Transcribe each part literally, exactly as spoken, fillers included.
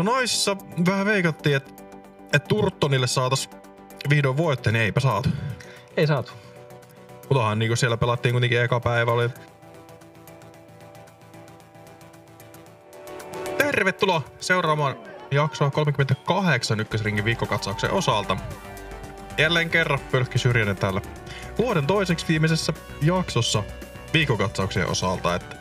No naisissa vähän veikattiin, että et Turtonille saatais vihdoin voittaja, niin eipä saatu. Ei saatu. Mutahan niinku siellä pelattiin kuitenkin eka päivä oli. Tervetuloa seuraamaan jaksoa kolmekymmentäkahdeksan ykkösringin viikkokatsauksen osalta. Jälleen kerran Pölkki Syrjänen täällä vuoden toiseksi viimeisessä jaksossa viikkokatsauksien osalta, että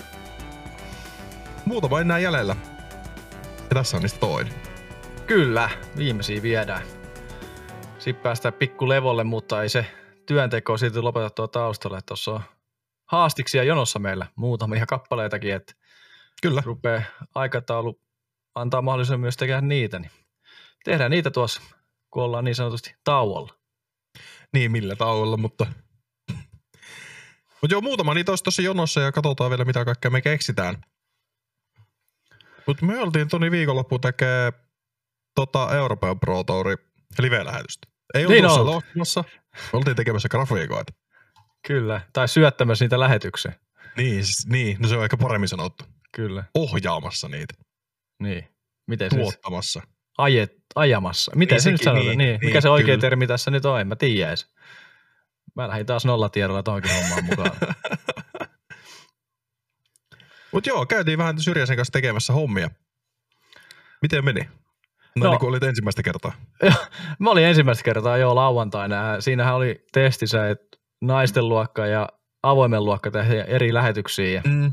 muutama enää jäljellä. Ja tässä on niistä toinen. Kyllä, viimeisiä viedään. Sitten päästään pikku levolle, mutta ei se työnteko silti lopetettua taustalle. Tuossa on haastiksia jonossa meillä, muutamia kappaleitakin, että Kyllä. rupeaa aikataulu antaa mahdollisuuden myös tehdä niitä. Niin tehdään niitä tuossa, kun ollaan niin sanotusti tauolla. Niin, millä tauolla, mutta... Mutta joo, muutama niitä olisi tuossa jonossa ja katsotaan vielä mitä kaikkea me keksitään. Mutta me oltiin Toni viikonloppuun tekee tota Euroopan Pro Touri live-lähetystä. Ei Niin ollut oltu. lohtimassa, me oltiin tekemässä grafiikoita. Kyllä, tai syöttämässä niitä lähetykseen. Niin, siis, niin, no se on ehkä paremmin sanottu. Kyllä, Ohjaamassa niitä, niin. Miten se nyt? tuottamassa. Ajet, ajamassa. Miten Niin se nyt sekin, sanotaan? niin, Niin, niin, mikä se oikea kyllä. termi tässä nyt on? En mä tiedä edes. Mä lähdin taas nollatiedolla tohonkin hommaan mukaan. Mut joo, käytiin vähän Syrjäsen kanssa tekemässä hommia. Miten meni? No, No. niin kuin olit ensimmäistä kertaa. Mä olin ensimmäistä kertaa jo lauantaina. Siinähän oli testissä, että naisten luokka ja avoimen luokka tehdä eri lähetyksiä. Ja Mm.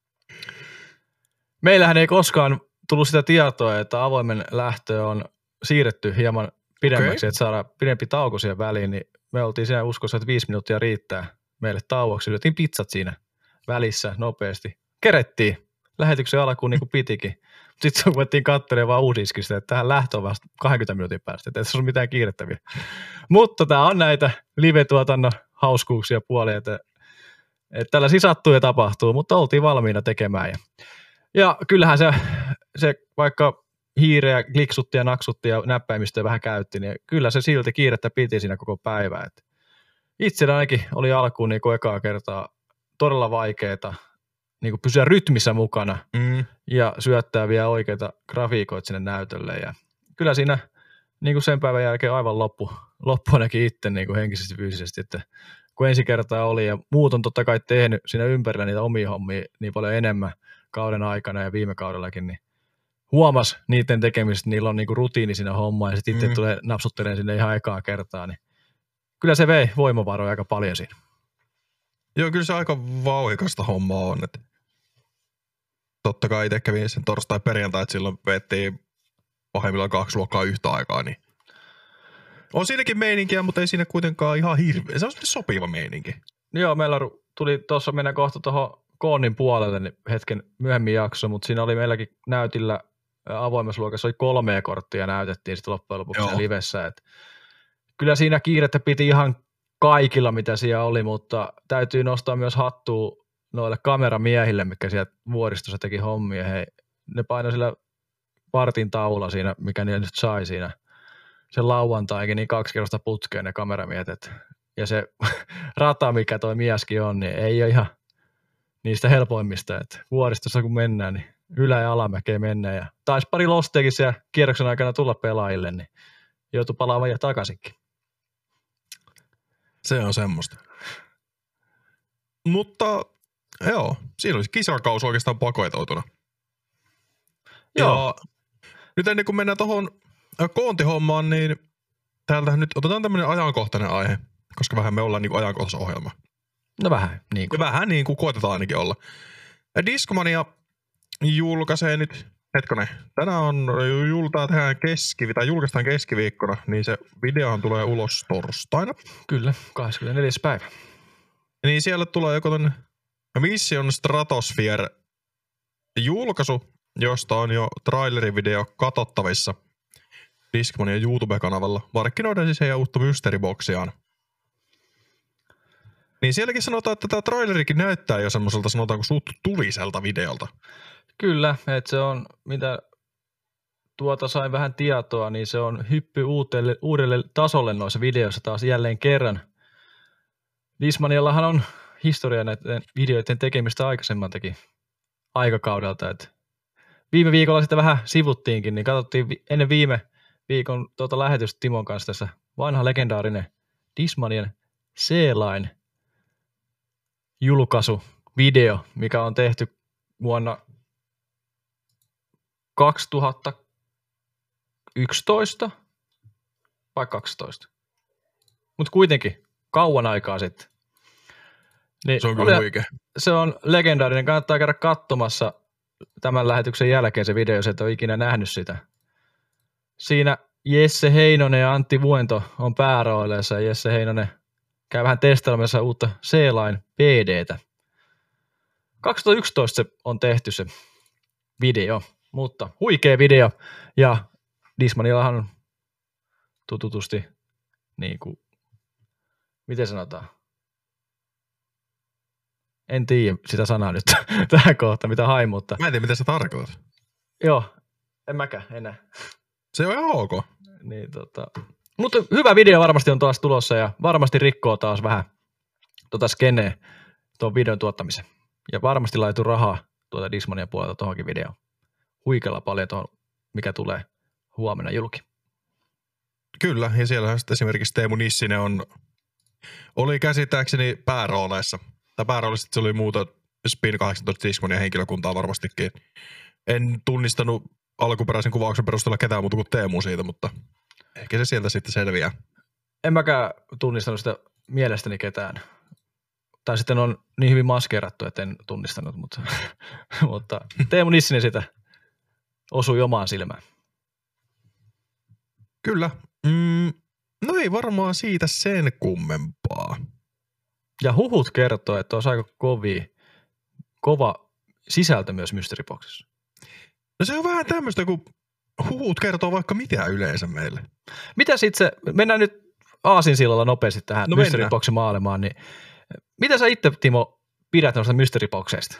meillähän ei koskaan tullut sitä tietoa, että avoimen lähtö on siirretty hieman pidemmäksi, Okei. että saadaan pidempi tauko siihen väliin. Niin me oltiin siinä uskossa, että viisi minuuttia riittää meille tauoksi. Lyötiin pizzat siinä välissä nopeasti. Kerettiin lähetyksen alkuun niin kuin pitikin. Sitten ruvettiin katselemaan vaan uudiskista, että tähän lähtö on vasta kaksikymmentä minuutin päästä, että ei tässä ole mitään kiirettäviä. Mutta tämä on näitä live-tuotannon hauskuuksia puolia, että, että tällaisia sattuu ja tapahtuu, mutta oltiin valmiina tekemään. Ja, ja kyllähän se, se, vaikka hiireä kliksutti ja naksutti ja näppäimistöä vähän käytti, niin kyllä se silti kiirettä piti siinä koko päivä. Että itsellä ainakin oli alkuun niin kuin ekaa kertaa todella vaikeaa niin pysyä rytmissä mukana Mm. ja syöttää vielä oikeita grafiikoita sinne näytölle. Ja kyllä siinä niin kuin sen päivän jälkeen aivan loppu, loppu ainakin itse niin kuin henkisesti fyysisesti, että kun ensi kertaa oli ja muut on totta kai tehnyt siinä ympärillä niitä omia hommia niin paljon enemmän kauden aikana ja viime kaudellakin, niin huomas niiden tekemistä, niillä on niin kuin rutiini siinä hommaa ja sitten itse Mm. tulee napsuttelemaan sinne ihan ekaa kertaa, niin kyllä se vei voimavaroja aika paljon siinä. Joo, kyllä se aika vauhikasta hommaa on. Että totta kai itse kävin sen torstai perjantai, että silloin vettiin pahimmillaan kaksi luokkaa yhtä aikaa. Niin on siinäkin meininkiä, mutta ei siinä kuitenkaan ihan hirveä. Se on semmoinen sopiva meininki. Joo, meillä ru- tuli tuossa mennä kohta tuohon Koonnin puolelle niin hetken myöhemmin jakso, mutta siinä oli meilläkin näytillä ä, avoimessa luokassa oli kolme korttia näytettiin sitten loppujen lopuksi Joo. siinä livessä. Et kyllä siinä kiirettä piti ihan kaikilla, mitä siellä oli, mutta täytyy nostaa myös hattua noille kameramiehille, mitkä sieltä vuoristossa teki hommia. Hei, ne painoi sillä partin taula siinä, mikä ne nyt sai siinä sen lauantaikin, niin kaksi kerrosta putkeen ne kameramiehet. Et, ja se rata, mikä toi mieskin on, niin ei ole ihan niistä helpoimmista. Et vuoristossa kun mennään, niin ylä- ja alamäkeen mennään. Ja taisi pari losteekin siellä kierroksen aikana tulla pelaajille, niin joutui palaamaan ja takaisinkin. Se on semmoista. Mutta joo, siinä olisi kisakaus oikeastaan pakoetoutuna. Joo. Ja nyt ennen kuin mennään tuohon koontihommaan, niin täältä nyt otetaan tämmöinen ajankohtainen aihe, koska vähän me ollaan niin kuin ajankohtaisohjelma. No vähän niin Ja kuin. vähän niin kuin koetetaan ainakin olla. Discmania julkaisee nyt, hetkonen, tänään on jultaa tehdään keskivi, tai julkaistaan keskiviikkona, niin se videohan tulee ulos torstaina. Kyllä, kahdeskymmenesneljäs päivä. Niin siellä tulee joko ton Mission Stratosphere julkaisu, josta on jo trailerivideo katsottavissa Discmanian YouTube-kanavalla. Markkinoiden siis heidän uutta mysteryboxiaan. Niin sielläkin sanotaan, että tämä trailerikin näyttää jo semmoiselta sanotaanko suht tuliselta videolta. Kyllä, että se on, mitä tuota sain vähän tietoa, niin se on hyppy uudelle, uudelle tasolle noissa videoissa taas jälleen kerran. Discmaniallahan on historia näiden videoiden tekemistä aikaisemmaltakin aikakaudelta, että viime viikolla sitten vähän sivuttiinkin, niin katsottiin vi- ennen viime viikon tuota lähetystä Timon kanssa tässä vanha legendaarinen Discmanien C-Line julkaisuvideo, mikä on tehty vuonna kaksituhattayksitoista vai kaksitoista. Mutta kuitenkin kauan aikaa sitten. Niin Se on kyllä oli, huikea. se on legendaarinen, kannattaa käydä katsomassa tämän lähetyksen jälkeen se video, jos et ole ikinä nähnyt sitä. Siinä Jesse Heinonen ja Antti Vuento on päärooleissa ja Jesse Heinonen käy vähän testailemassa uutta C-Line P D:tä. kaksituhattayksitoista se on tehty se video, mutta huikea video ja Discmanillahan on tututusti niin kuin, miten sanotaan? En tiedä sitä sanaa nyt tähän kohtaan, mitä hain, mutta Mä en tiedä, mitä se tarkoittaa. joo, en mäkään enää. Se on ihan ok. Niin, tota. Mutta hyvä video varmasti on taas tulossa ja varmasti rikkoo taas vähän tota skeneä tuon videon tuottamisen. Ja varmasti laitu rahaa tuota Discmania puolelta tuohonkin videoon. Huikealla paljon tuohon, mikä tulee huomenna julki. Kyllä, ja siellähän sitten esimerkiksi Teemu Nissinen on, oli käsittääkseni päärooleissa. Tai päärooleissa se oli muuta Spin kahdeksantoista Discmania henkilökuntaa varmastikin. En tunnistanut alkuperäisen kuvauksen perusteella ketään muuta kuin Teemu siitä, mutta ehkä se sieltä sitten selviää. En mäkään tunnistanut sitä mielestäni ketään. Tai sitten on niin hyvin maskeerattu, että en tunnistanut, mutta, mutta Teemu Nissinen sitä osui omaan silmään. Kyllä. Mm, no ei varmaan siitä sen kummempaa. Ja huhut kertoo, että olisi aika kovia, kova sisältö myös Mystery Boxissa. No se on vähän tämmöistä, kun huhut kertoo vaikka mitä yleensä meille. Mitä sitten se, mennään nyt aasinsillalla nopeasti tähän No Mystery mennään. Boxin maailmaan, niin mitä sä itse, Timo, pidät noista Mystery Boxeista?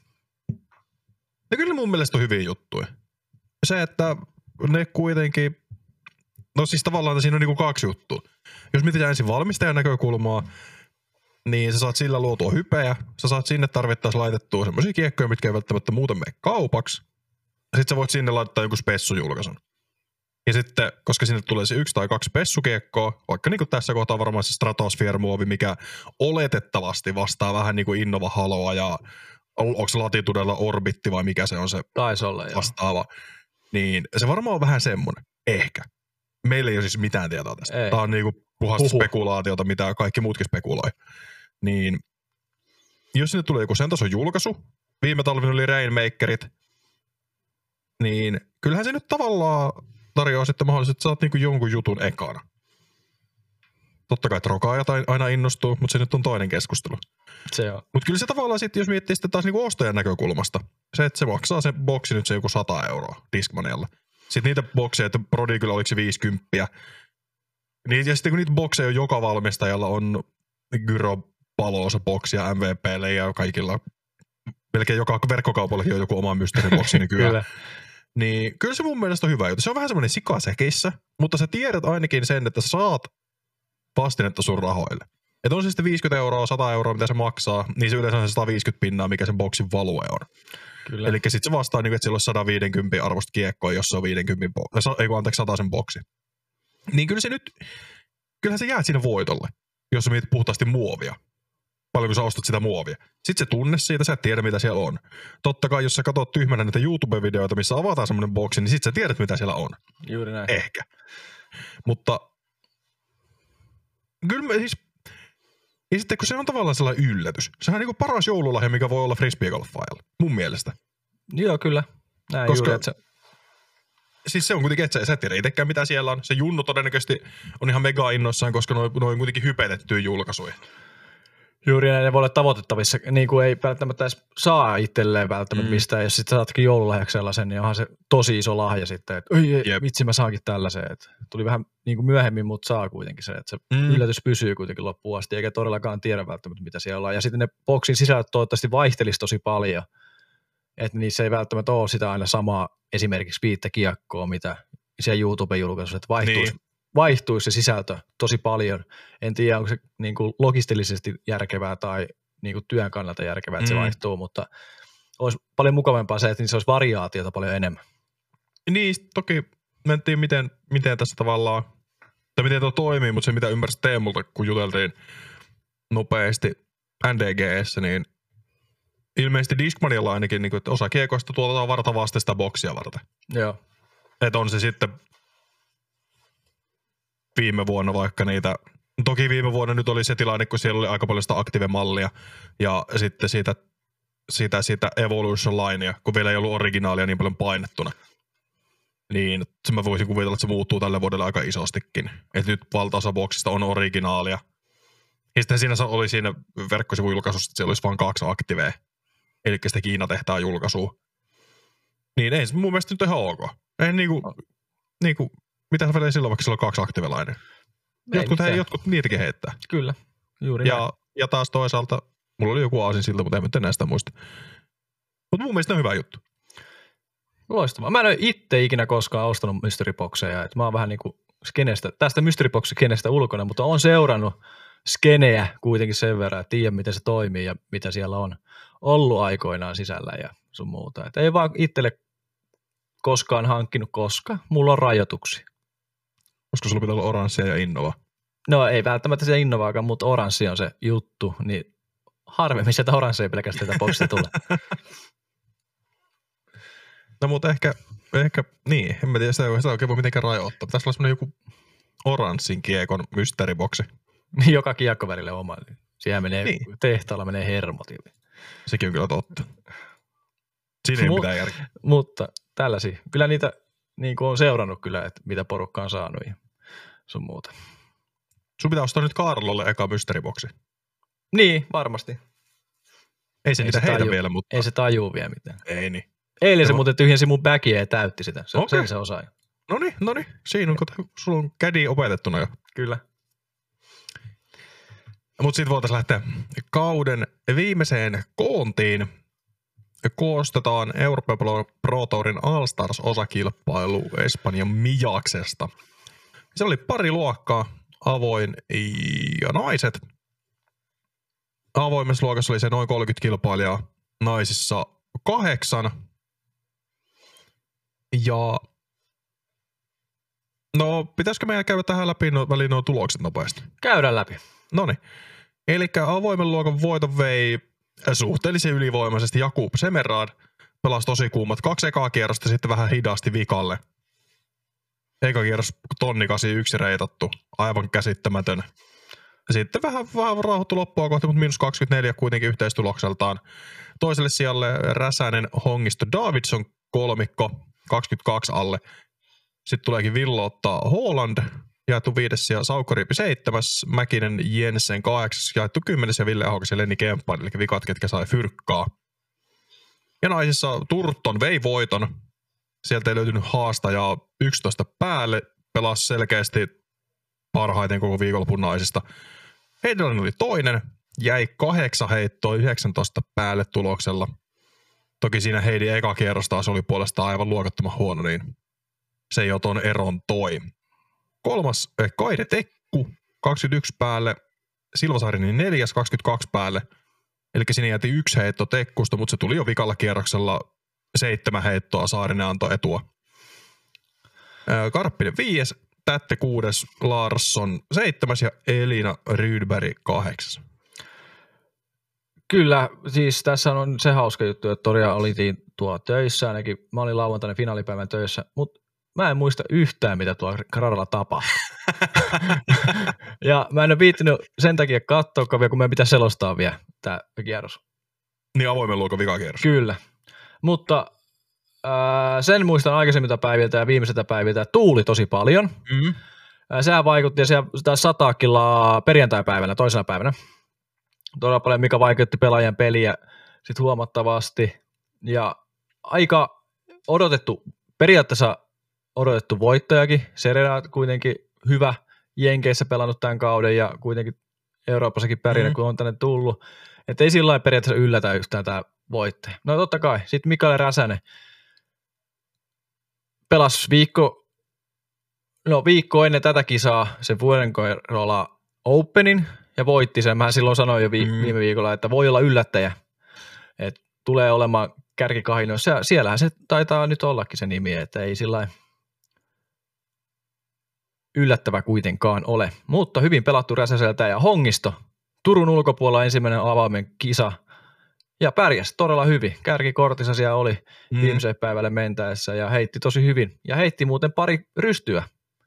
No kyllä mun mielestä on hyviä juttuja. Se, että ne kuitenkin, no siis tavallaan siinä on niinku kaksi juttua. Jos mietitään ensin valmistajan näkökulmaa, niin sä saat sillä luotua hypeä, sä saat sinne tarvittaessa laitettua semmoisia kiekkoja, mitkä ei välttämättä muuten mene kaupaksi. Sitten sä voit sinne laittaa jonkun spessujulkaisun. Ja sitten, koska sinne tulee se yksi tai kaksi spessukiekkoa, vaikka niin kuin tässä kohtaa varmaan se Stratosphere-muovi, mikä oletettavasti vastaa vähän niin kuin Innova Haloa ja onko se Latitudella Orbitti vai mikä se on se Taisi olla, joo. vastaava. Niin se varmaan on vähän semmoinen. Ehkä. Meillä ei ole siis mitään tietoa tästä. Ei. Tämä on niinku puhasta Huhu. spekulaatiota, mitä kaikki muutkin spekuloi. Niin jos sinne tulee joku sen tason julkaisu, viime talvina oli Rainmakerit, niin kyllähän se nyt tavallaan tarjoaa sitten mahdollisuus, että saat niinku jonkun jutun ekana. Totta kai trokaajat aina innostuu, mutta se nyt on toinen keskustelu. Se on. Mutta kyllä se tavallaan sitten, jos miettii sitten taas niinku ostajan näkökulmasta, se, että se maksaa se boksi nyt se joku sata euroa Discmanialla. Sitten niitä bokseja, että Prodigilla oliko se viisikymmentä. Niin, ja sitten kun niitä bokseja on joka valmistajalla on Gyro Paloosa boksia M V P:lle ja kaikilla, melkein joka verkkokaupallakin on joku oma mysteeriboksi nykyään. Kyllä. Niin kyllä se mun mielestä on hyvä juttu. Se on vähän semmoinen sikasäkeissä, mutta sä tiedät ainakin sen, että sä saat vastinetta sun rahoille. Että on se sitten viisikymmentä euroa, sata euroa, mitä se maksaa, niin se yleensä on se sata viisikymmentä pinnaa, mikä sen boksin value on. Kyllä. Eli sitten se vastaa, että sillä olisi sata viisikymmentä arvosta kiekkoa, jos se on viisikymmentä, bo- ei kun anteeksi, sataisen boksi. Niin kyllä se nyt, kyllähän se jäät siinä voitolle, jos sä mietit puhtaasti muovia. Paljon kun sä ostat sitä muovia. Sitten se tunne siitä, sä et tiedä mitä siellä on. Totta kai, jos sä katsot tyhmänä näitä YouTube-videoita, missä avataan semmoinen boksi, niin sit sä tiedät mitä siellä on. Juuri näin. Ehkä. Mutta kyllä me siis, ja sitten kun se on tavallaan sellainen yllätys. Sehän on niinku paras joululahja, mikä voi olla frisbeegolfaajalle, mun mielestä. Joo, kyllä. Näin Koska- juuri, että se, Siis se on kuitenkin, että sä, sä et tiedä itsekään mitä siellä on. Se Junnu todennäköisesti on ihan mega innoissaan, koska noin noi on kuitenkin hypetettyjä julkaisuja. juuri näin, ne voi olla tavoitettavissa, niin kuin ei välttämättä edes saa itselleen välttämättä Mm. mistään. Jos sitten saatkin joululahjaksi sellaisen, niin onhan se tosi iso lahja sitten, että oi, ei, Jep. vitsi mä saankin tällaisen. Että tuli vähän niin kuin myöhemmin, mutta saa kuitenkin se, että se Mm. yllätys pysyy kuitenkin loppuun asti, eikä todellakaan tiedä välttämättä, mitä siellä on. Ja sitten ne boksin sisällöt toivottavasti vaihtelisi tosi paljon, että niissä ei välttämättä ole sitä aina samaa esimerkiksi viittä kiekkoa, mitä siellä YouTube-julkaisussa, että vaihtuisi, Niin. vaihtuisi se sisältö tosi paljon. En tiedä, onko se niin kuin logistisesti järkevää tai niin kuin työn kannalta järkevää, että se Mm. vaihtuu, mutta olisi paljon mukavampaa se, että niissä olisi variaatiota paljon enemmän. Niin, toki mentiin miten, miten tässä tavallaan, tai miten tuo toimii, mutta se mitä ymmärsi Teemulta, kun juteltiin nopeasti N D G S:ssä, niin ilmeisesti Discmanialla ainakin, niin kuin, että osa kiekoista tuotetaan varta vasten sitä boksia varten. Joo. Että on se sitten viime vuonna vaikka niitä, toki viime vuonna nyt oli se tilanne, kun siellä oli aika paljon sitä Active-mallia ja sitten siitä, siitä, siitä Evolution Linea, kun vielä ei ollut originaalia niin paljon painettuna. Niin mä voisin kuvitella, että se muuttuu tälle vuodelle aika isostikin. Että nyt valtaosa boksista on originaalia. Ja sitten siinä oli siinä verkkosivujulkaisussa, että siellä olisi vain kaksi Activea. Eli sitä Kiina-tehtaan julkaisua. Niin ei se mun mielestä nyt ihan ok. Ei niinku, niinku mitä sä silloin, vaikka sillä on kaksi Active-lainen. Jotkut, hei, jotkut niitäkin heittää. Kyllä, juuri ja, näin. ja taas toisaalta, mulla oli joku aasinsilta, mutta en nyt enää sitä muista. Mutta mun mielestä on hyvä juttu. Loistavaa. Mä en ole itse ikinä koskaan ostanut mystery boxeja. Mä oon vähän niin kuin skenestä, tästä mystery box skenestä ulkona, mutta oon seurannut skeneä kuitenkin sen verran, että tiedän, miten se toimii ja mitä siellä on ollut aikoinaan sisällä ja sun muuta. Et ei vaan itselle koskaan hankkinut, koska mulla on rajoituksia. Koska sulla pitää olla oranssia ja Innova. No ei välttämättä se Innovaakaan, mutta oranssi on se juttu, niin harvemmin sieltä oranssia pelkästään tätä boxia tulee. No mutta ehkä, ehkä niin, en mä tiedä, sitä ei oikein voi mitenkään rajoittaa. Pitäisi olla semmoinen joku oranssin kiekon mysteeriboksi. Joka kiekkovärille oma. Siellä menee, niin. Tehtaalla menee hermot. Sekin on kyllä totta. Siinä ei Mut, mitään järkeä. Mutta tällaisia. Kyllä niitä niin kuin on seurannut kyllä, että mitä porukka on saanut ja sun muuta. Sun pitää ostaa nyt Kaarlolle eka mysteeriboksi. Niin, varmasti. Ei se ei niitä se heitä taju, vielä, mutta... Ei se tajuu vielä mitään. Ei niin. Eilen se muuten tyhjensi mun bagia ja täytti sitä. Se, okay. Sen se osaa. Noniin, noniin. Siinä on, kun sulla on kädi opetettuna jo. Kyllä. Mutta sitten voitaisiin lähteä kauden viimeiseen koontiin. Koostetaan Euroopan Pro Tourin All-Stars-osakilpailu Espanjan Mijaksesta. Se oli pari luokkaa, avoin ja naiset. Avoimessa luokassa oli se noin kolmekymmentä kilpailijaa, naisissa kahdeksan. Ja no, pitäisikö meidän käydä tähän läpi no, väliin nuo tulokset nopeasti? Käydään läpi. Noniin. Elikkä avoimen luokan voiton vei suhteellisen ylivoimaisesti Jakub Semerad. Pelasi tosi kuumat kaksi ekaa kierrosta, sitten vähän hidasti vikalle. Eka kierros tonni kahdeksankymmentäyksi reitattu. Aivan käsittämätön. Sitten vähän, vähän rauhoittu loppua kohti, mutta miinus kaksikymmentäneljä kuitenkin yhteistulokseltaan. Toiselle sijalle Räsänen, Hongisto, Davidson kolmikko, kaksikymmentäkaksi alle. Sitten tuleekin Villoottaa Holland, jaettu viides ja Saukoriipi seitsemäs, Mäkinen Jensen kahdeksas, jaettu kymmenes ja Ville Ahokas ja Lenni Kemppan, eli vikat, ketkä sai fyrkkaa. Ja naisissa Turton vei voiton. Sieltä ei löytynyt haastajaa yksitoista päälle, pelasi selkeästi parhaiten koko viikonlopun naisista. Heidellinen oli toinen, jäi kahdeksan heittoa yhdeksäntoista päälle tuloksella. Toki siinä Heidi eka kierros taas oli puolestaan aivan luokattoman huono, niin se jo ton eron toi. Kolmas eh, Kaide Tekku, kaksikymmentäyksi päälle, Silvasaarinen neljäs, kaksikymmentäkaksi päälle. Eli siinä jäti yksi heitto Tekkusta, mutta se tuli jo vikalla kierroksella seitsemän heittoa, Saarinen antoi etua. Karppinen viides, Tätte kuudes, Larsson seitsemäs ja Elina Rydberg kahdeksas. Kyllä, siis tässä on se hauska juttu, että Toria olitiin tuolla töissä, ainakin mä olin lauantaina finaalipäivän töissä, mutta mä en muista yhtään, mitä tuolla radalla tapahtui. Ja mä en ole viittinyt sen takia katsoa, kun meidän pitää selostaa vielä tämä kierros. Niin avoimen luokan vikakierros. Kyllä, mutta ää, sen muistan aikaisemmilta päiviltä ja viimeiseltä päiviltä, että tuuli tosi paljon. Mm-hmm. Sehän vaikutti ja siellä sataa killaa perjantai-päivänä, toisena päivänä. Todella paljon, mikä vaikutti pelaajan peliä sit huomattavasti. Ja aika odotettu, periaatteessa odotettu voittajakin. Serena kuitenkin hyvä Jenkeissä pelannut tämän kauden ja kuitenkin Euroopassakin pärjännyt, mm-hmm. kun on tänne tullut. Että ei sillä lailla periaatteessa yllätä yhtään tämä voittaja. No totta kai. Sitten Mikael Räsänen pelasi viikko, no viikko ennen tätä kisaa sen Vuodenkoirola Openin ja voitti sen. Mä silloin sanoin jo vi- mm. viime viikolla, että voi olla yllättäjä. Että tulee olemaan kärkikahinoissa. Siellähän se taitaa nyt ollakin se nimi, että ei sillä yllättävä kuitenkaan ole. Mutta hyvin pelattu Räsäseltä ja Hongisto. Turun ulkopuolella ensimmäinen avaimen kisa. Ja pärjäs todella hyvin. Kärkikortissa siellä oli mm. viimeiseen päivälle mentäessä ja heitti tosi hyvin. Ja heitti muuten pari rystyä.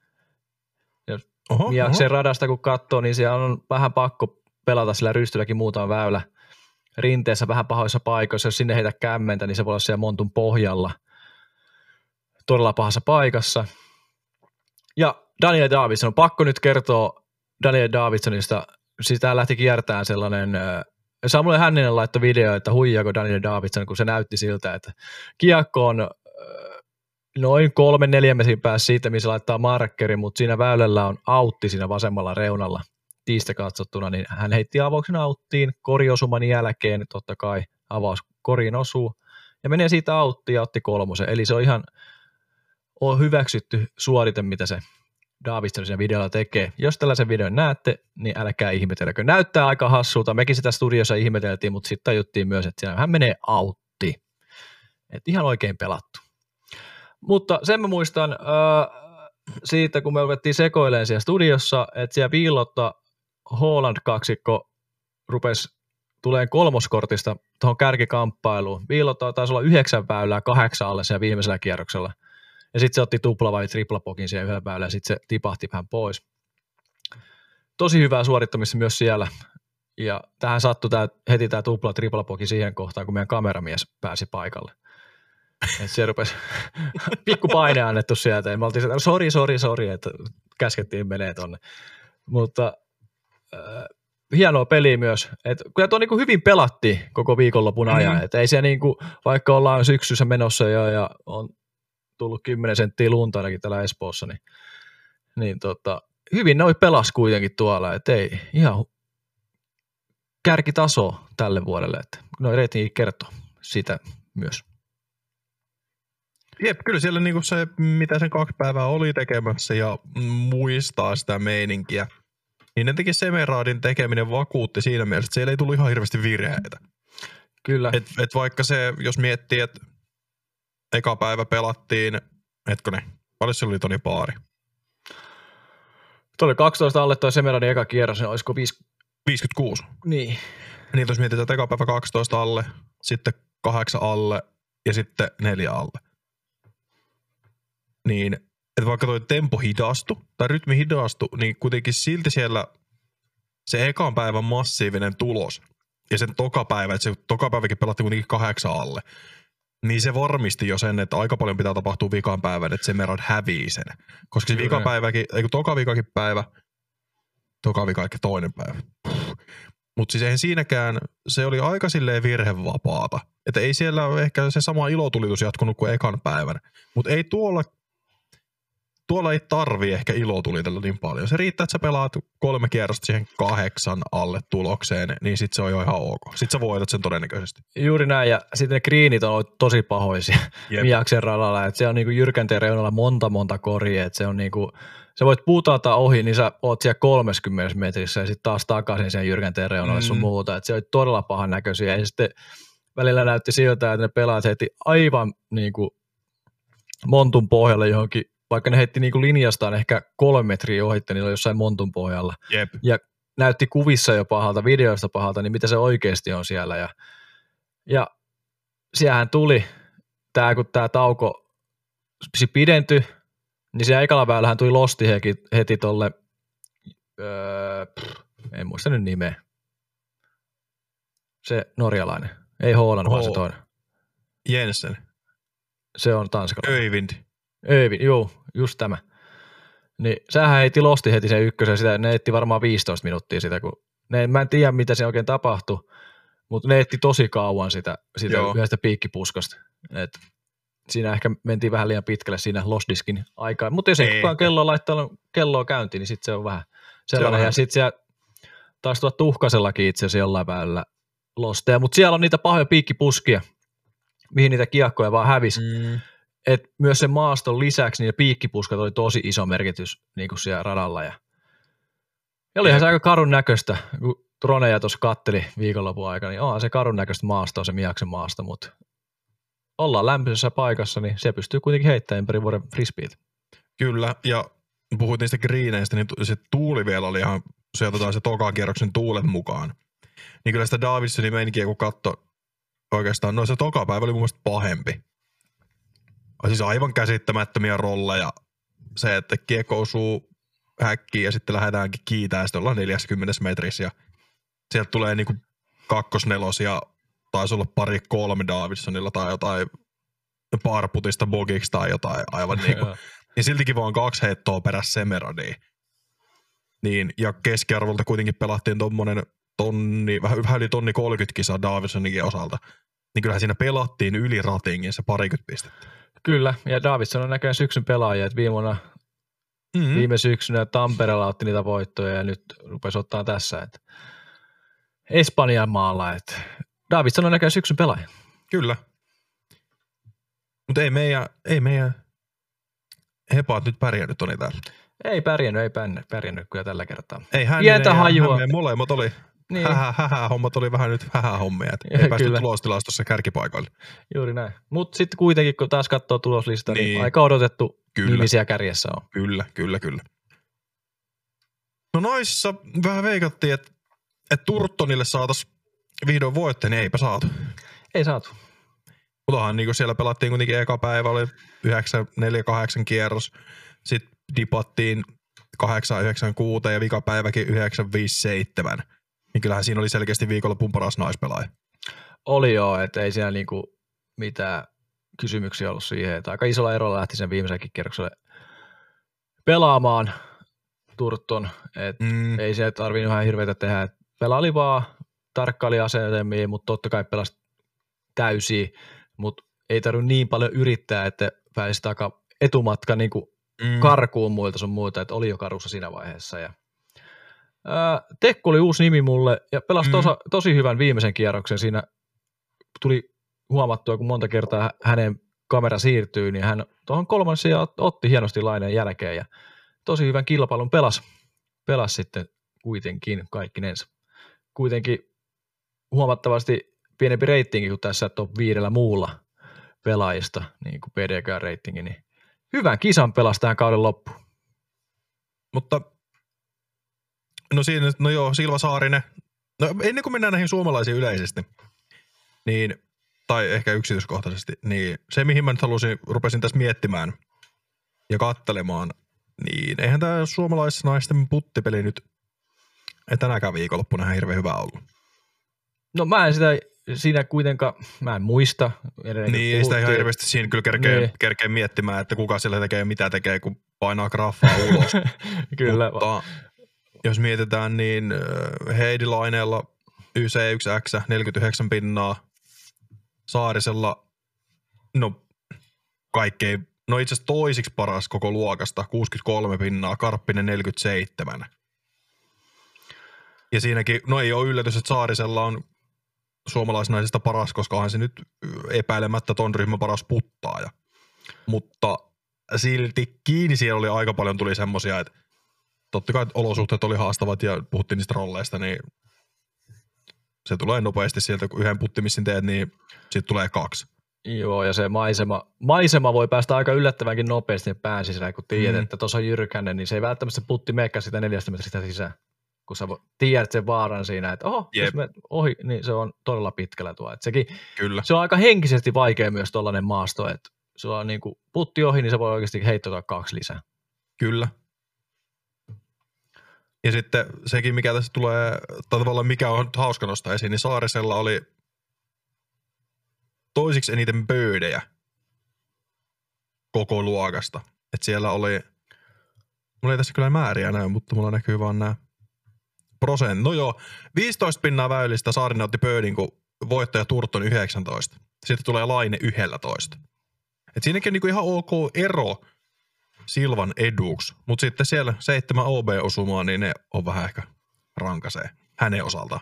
Oho, ja oho. sen radasta kun katsoo, niin siellä on vähän pakko pelata sillä rystylläkin muutama väylä. Rinteessä vähän pahoissa paikoissa. Jos sinne heitä kämmentä, niin se voi olla siellä montun pohjalla. Todella pahassa paikassa. Ja Daniel Davidson, on pakko nyt kertoa Daniel Davidsonista. Siis tää lähti kiertämään sellainen, Samuel Hänninen laittoi video, että huijaako Daniel Davidson, kun se näytti siltä, että kiekko on noin kolme neljä metrin päässä siitä, missä laittaa markkeri, mutta siinä väylällä on autti siinä vasemmalla reunalla tiistä katsottuna, niin hän heitti avauksen auttiin koriosuman jälkeen, totta kai avaus koriin osuu, ja menee siitä auttiin ja otti kolmosen, eli se on ihan on hyväksytty suorite, mitä se Davidson siinä videolla tekee. Jos tällaisen videon näette, niin älkää ihmetelkö. Näyttää aika hassulta. Mekin sitä studiossa ihmeteltiin, mutta sitten tajuttiin myös, että siinä hän menee autti. Et ihan oikein pelattu. Mutta sen mä muistan äh, siitä, kun me ruvettiin sekoilemaan siellä studiossa, että siellä Viilotta Holland-kaksikko rupesi tulemaan kolmoskortista tuohon kärkikamppailuun. Viilotta taisi olla yhdeksän väylää kahdeksan alle siellä viimeisellä kierroksella. Ja sitten se otti tupla vai triplapokin siihen yhden väylään ja sitten se tipahti vähän pois. Tosi hyvää suorittamista myös siellä. Ja tähän sattui tää, heti tämä tupla triplapoki siihen kohtaan, kun meidän kameramies pääsi paikalle. Et se rupesi pikku paine annettu sieltä ja me oltiin sieltä, sori, sori, sori, että käskettiin menee tonne. Mutta äh, hienoa peliä myös. Et kyllä tuo niinku hyvin pelattiin koko viikonlopun ajan. Mm-hmm. Et ei se niinku, vaikka ollaan syksyssä menossa jo ja on tullut kymmenen senttiä lunta ainakin täällä Espoossa, niin, niin tota, hyvin noi pelas kuitenkin tuolla, että ei ihan kärkitaso tälle vuodelle, että noi reitingit kertoo sitä myös. Jep, kyllä siellä niinku se, mitä sen kaksi päivää oli tekemässä ja muistaa sitä meininkiä, niin ne teki Semeraadin tekeminen vakuutti siinä mielessä, että siellä ei tullut ihan hirveästi virheitä. Kyllä. Et, et vaikka se, jos miettii, että eka päivä pelattiin, hetkonen, paljon se oli Toni Paari? Tuo oli kaksitoista alle toi Semeradin eka kierros, niin olisiko viisi... viisikymmentäkuusi. Niin. Niin jos mietitään, että eka päivä kaksitoista alle, sitten kahdeksan alle ja sitten neljä alle. Niin, että vaikka toi tempo hidastui, tai rytmi hidastui, niin kuitenkin silti siellä se ekan päivän massiivinen tulos ja sen toka päivä, että se toka päiväkin pelattiin kuitenkin kahdeksan alle, niin se varmisti jo sen, että aika paljon pitää tapahtua vikan päivän, että Semerad hävii sen. Koska se vikan päiväkin, ei kun toka vikakin päivä, toka vika eikä toinen päivä. Mutta siis eihän siinäkään, se oli aika silleen virhevapaata. Että ei siellä ole ehkä se sama ilotulitus jatkunut kuin ekan päivän. Mutta ei tuolla, tuolla ei tarvii ehkä ilotulitella niin paljon. Se riittää, että sä pelaat kolme kierrosta siihen kahdeksan alle tulokseen, niin sit se on jo ihan ok. Sit sä voitat sen todennäköisesti. Juuri näin, ja sitten ne greenit on ollut tosi pahoisia Miaksen radalla. Että se on niinku jyrkänteen reunalla monta monta koria, että se on niinku, sä voit puutata ohi, niin sä oot siellä kolmekymmentä metrissä ja sitten taas takaisin sen jyrkänteen reunalle sun mm. muuta. Että se oli todella pahan näköisiä. Ja sitten välillä näytti siltä, että ne pelaat heitti aivan niinku montun pohjalle johonkin, vaikka ne heitti niinku linjastaan ehkä kolme metriä ohitte, niin oli jossain montun pohjalla. Jep. Ja näytti kuvissa jo pahalta, videoista pahalta, niin mitä se oikeasti on siellä. Ja, ja siellähän tuli, tää, kun tämä tauko pidentyi, niin siellä ekalla väyllähän tuli losti heti, heti tolle, öö, pff, en muista nyt nimeä, se norjalainen, ei Haaland, vaan se toinen. Jensen. Se on tanskalainen. Öyvind. Öyvind, joo, just tämä. Niin sehän heiti losti heti sen ykkösen, sitä, ne heitti varmaan viisitoista minuuttia sitä, kun ne, mä en tiedä mitä se oikein tapahtui, mutta ne heitti tosi kauan sitä, sitä yhdestä piikkipuskasta. Et siinä ehkä mentiin vähän liian pitkälle siinä lostdiskin aikaan, mutta jos ei kukaan kelloa laittaa kelloa käyntiin, niin sitten se on vähän sellainen. Se on ja sitten siellä taisi tulla tuhkasellakin itse asiassa jollain väylällä losteja, mutta siellä on niitä pahoja piikkipuskia, mihin niitä kiekkoja vaan hävisi. Mm. Et myös sen maaston lisäksi niin piikkipuskat oli tosi iso merkitys niin kuin siellä radalla. Ja, ja olihan se aika karun näköistä, kun Troneja tuossa katteli viikonlopun aikana, niin onhan se karun näköistä maastoa, se Miaksen maasto, mutta ollaan lämpöisessä paikassa, niin se pystyy kuitenkin heittämään ympäri vuoden frisbeet. Kyllä, ja puhuit niistä greeneistä, niin se tuuli vielä oli ihan, jos otetaan se tokan kierroksen tuulen mukaan. Niin kyllä sitä Davidsonin meininkiä, kun katsoi oikeastaan, no se toka päivä oli mun mielestä pahempi. Siis aivan käsittämättömiä rolleja. Se, että kiekko osuu häkkiin ja sitten lähdetäänkin kiitää, ja sitten ollaan neljäkymmentä metrissä, ja sieltä tulee niinku kakkosnelosia, taisi olla pari kolme Davidsonilla tai jotain parputista bogiksi tai jotain aivan niinku. Niin siltikin vaan kaksi heittoa perässä Semeradiin. Niin, ja keskiarvolta kuitenkin pelattiin tommonen tonni, vähän, vähän yli tonni kolmekymmentä kisaa Davidsoninkin osalta. Niin kyllähän siinä pelattiin yli ratingin se parikymmentä pistettä. Kyllä, ja Davidson on näköjään syksyn pelaajia, että viime, vuonna, mm-hmm. viime syksynä Tampereella otti niitä voittoja ja nyt rupesi ottaa tässä, että Espanjan maalla, että Davidson on näköjään syksyn pelaaja. Kyllä. Mutta ei meidän, ei meidän hepaat nyt pärjännyt Toni täällä. Ei pärjännyt, ei pärjännyt, pärjännyt kyllä tällä kertaa. Ei hän Pientä hajua. Molemmat oli, niin. hähä, hähä, hommat oli vähän nyt hähä hommia, että ei päästy tulostilastossa kärkipaikoille. Juuri näin. Mutta sitten kuitenkin, kun taas katsoo tuloslistaa, niin, niin aika odotettu kyllä. Nimisiä kärjessä on. Kyllä, kyllä, kyllä. No noissa vähän veikattiin, että et Turtonille saataisiin vihdoin voitte, niin eipä saatu. Ei saatu. Mutahan niin siellä pelattiin kuitenkin eka päivä, oli yhdeksän neljä kahdeksan kierros. Sitten dipattiin kahdeksan yhdeksän kuusi ja vikapäiväkin yhdeksän viisi seitsemän. Niin kyllähän siinä oli selkeästi viikonlopun paras naispelaaja. Oli joo, että ei siinä niinku mitään kysymyksiä ollut siihen. Että aika isolla erolla lähti sen viimeisenkin kierrokselle pelaamaan Turton. Että mm. ei se tarvinnut ihan hirveätä tehdä. Et pelaali vaan, tarkkaili asetelmia, mutta totta kai pelasi täysiä. Mutta ei tarvitse niin paljon yrittää, että pääsisi taka etumatka niinku mm. karkuun muilta sun muilta, että oli jo karussa siinä vaiheessa. Ja ää, Tekku oli uusi nimi mulle ja pelasi mm. tosa, tosi hyvän viimeisen kierroksen. Siinä tuli huomattua, kun monta kertaa hänen kamera siirtyy, niin hän tuohon kolmannen ja otti hienosti laineen jälkeen ja tosi hyvän kilpailun pelasi, pelasi sitten kuitenkin kaikkinensa. Kuitenkin huomattavasti pienempi reitingi kuin tässä top viidellä muulla pelaajista, niin kuin P D K-reitingi, niin hyvän kisan pelasi tähän kauden loppuun. Mutta no siinä, no joo, Silva Saarinen, no ennen kuin mennään näihin suomalaisiin yleisesti, niin, tai ehkä yksityiskohtaisesti, niin se mihin mä nyt halusin, rupesin tässä miettimään ja katselemaan, niin eihän tämä suomalaisnaisten puttipeli nyt, ei tänäkään viikonloppuna ihan hirveän hyvä ollut. No mä en sitä siinä kuitenkaan, mä en muista. Niin, ei sitä ihan hirveästi siinä kyllä kerkeä, niin. kerkeä miettimään, että kuka siellä tekee mitä tekee, kun painaa graffaa ulos. Kyllä. Mutta jos mietitään, niin Heidi Laineella Y C yksi X neljäkymmentäyhdeksän pinnaa, Saarisella, no kaikkein, no itse asiassa toisiksi paras koko luokasta, kuusikymmentäkolme pinnaa, Karppinen neljäkymmentäseitsemän. Ja siinäkin, no ei ole yllätys, että Saarisella on suomalaisnaisista paras, koska onhan se nyt epäilemättä ton ryhmän paras puttaaja. Mutta siltikin siellä oli aika paljon tuli semmosia, että totta kai olosuhteet oli haastavat ja puhuttiin niistä rolleista, niin se tulee nopeasti sieltä, kun yhden puttimissin teet, niin siitä tulee kaksi. Joo, ja se maisema, maisema voi päästä aika yllättävänkin nopeasti pään sisään, kun tiedät, mm. että tuossa on jyrkänne, niin se ei välttämättä se putti meekään sitä neljästä metristä sisään. Kun sä tiedät sen vaaran siinä, että oho, yep. jos me ohi, niin se on todella pitkällä tuo. Et sekin, Kyllä. Se on aika henkisesti vaikea myös tollainen maasto, että sulla on niin kuin putti ohi, niin se voi oikeasti heittää kaksi lisää. Kyllä. Ja sitten sekin, mikä tässä tulee, tai tavallaan mikä on hauska nostaa esiin, niin Saarisella oli toisiksi eniten böydejä koko luokasta. Että siellä oli, mulla ei tässä kyllä määriä näy, mutta mulla näkyy vaan nämä prosent. No joo, viisitoista pinnaa väylistä Saarinen otti pöydin, kun voittaja Turton yhdeksäntoista. Sitten tulee Laine yksitoista. Et siinäkin on niinku ihan ok ero Silvan eduksi, mutta sitten siellä seitsemän O B-osumaa, niin ne on vähän ehkä rankasee hänen osaltaan.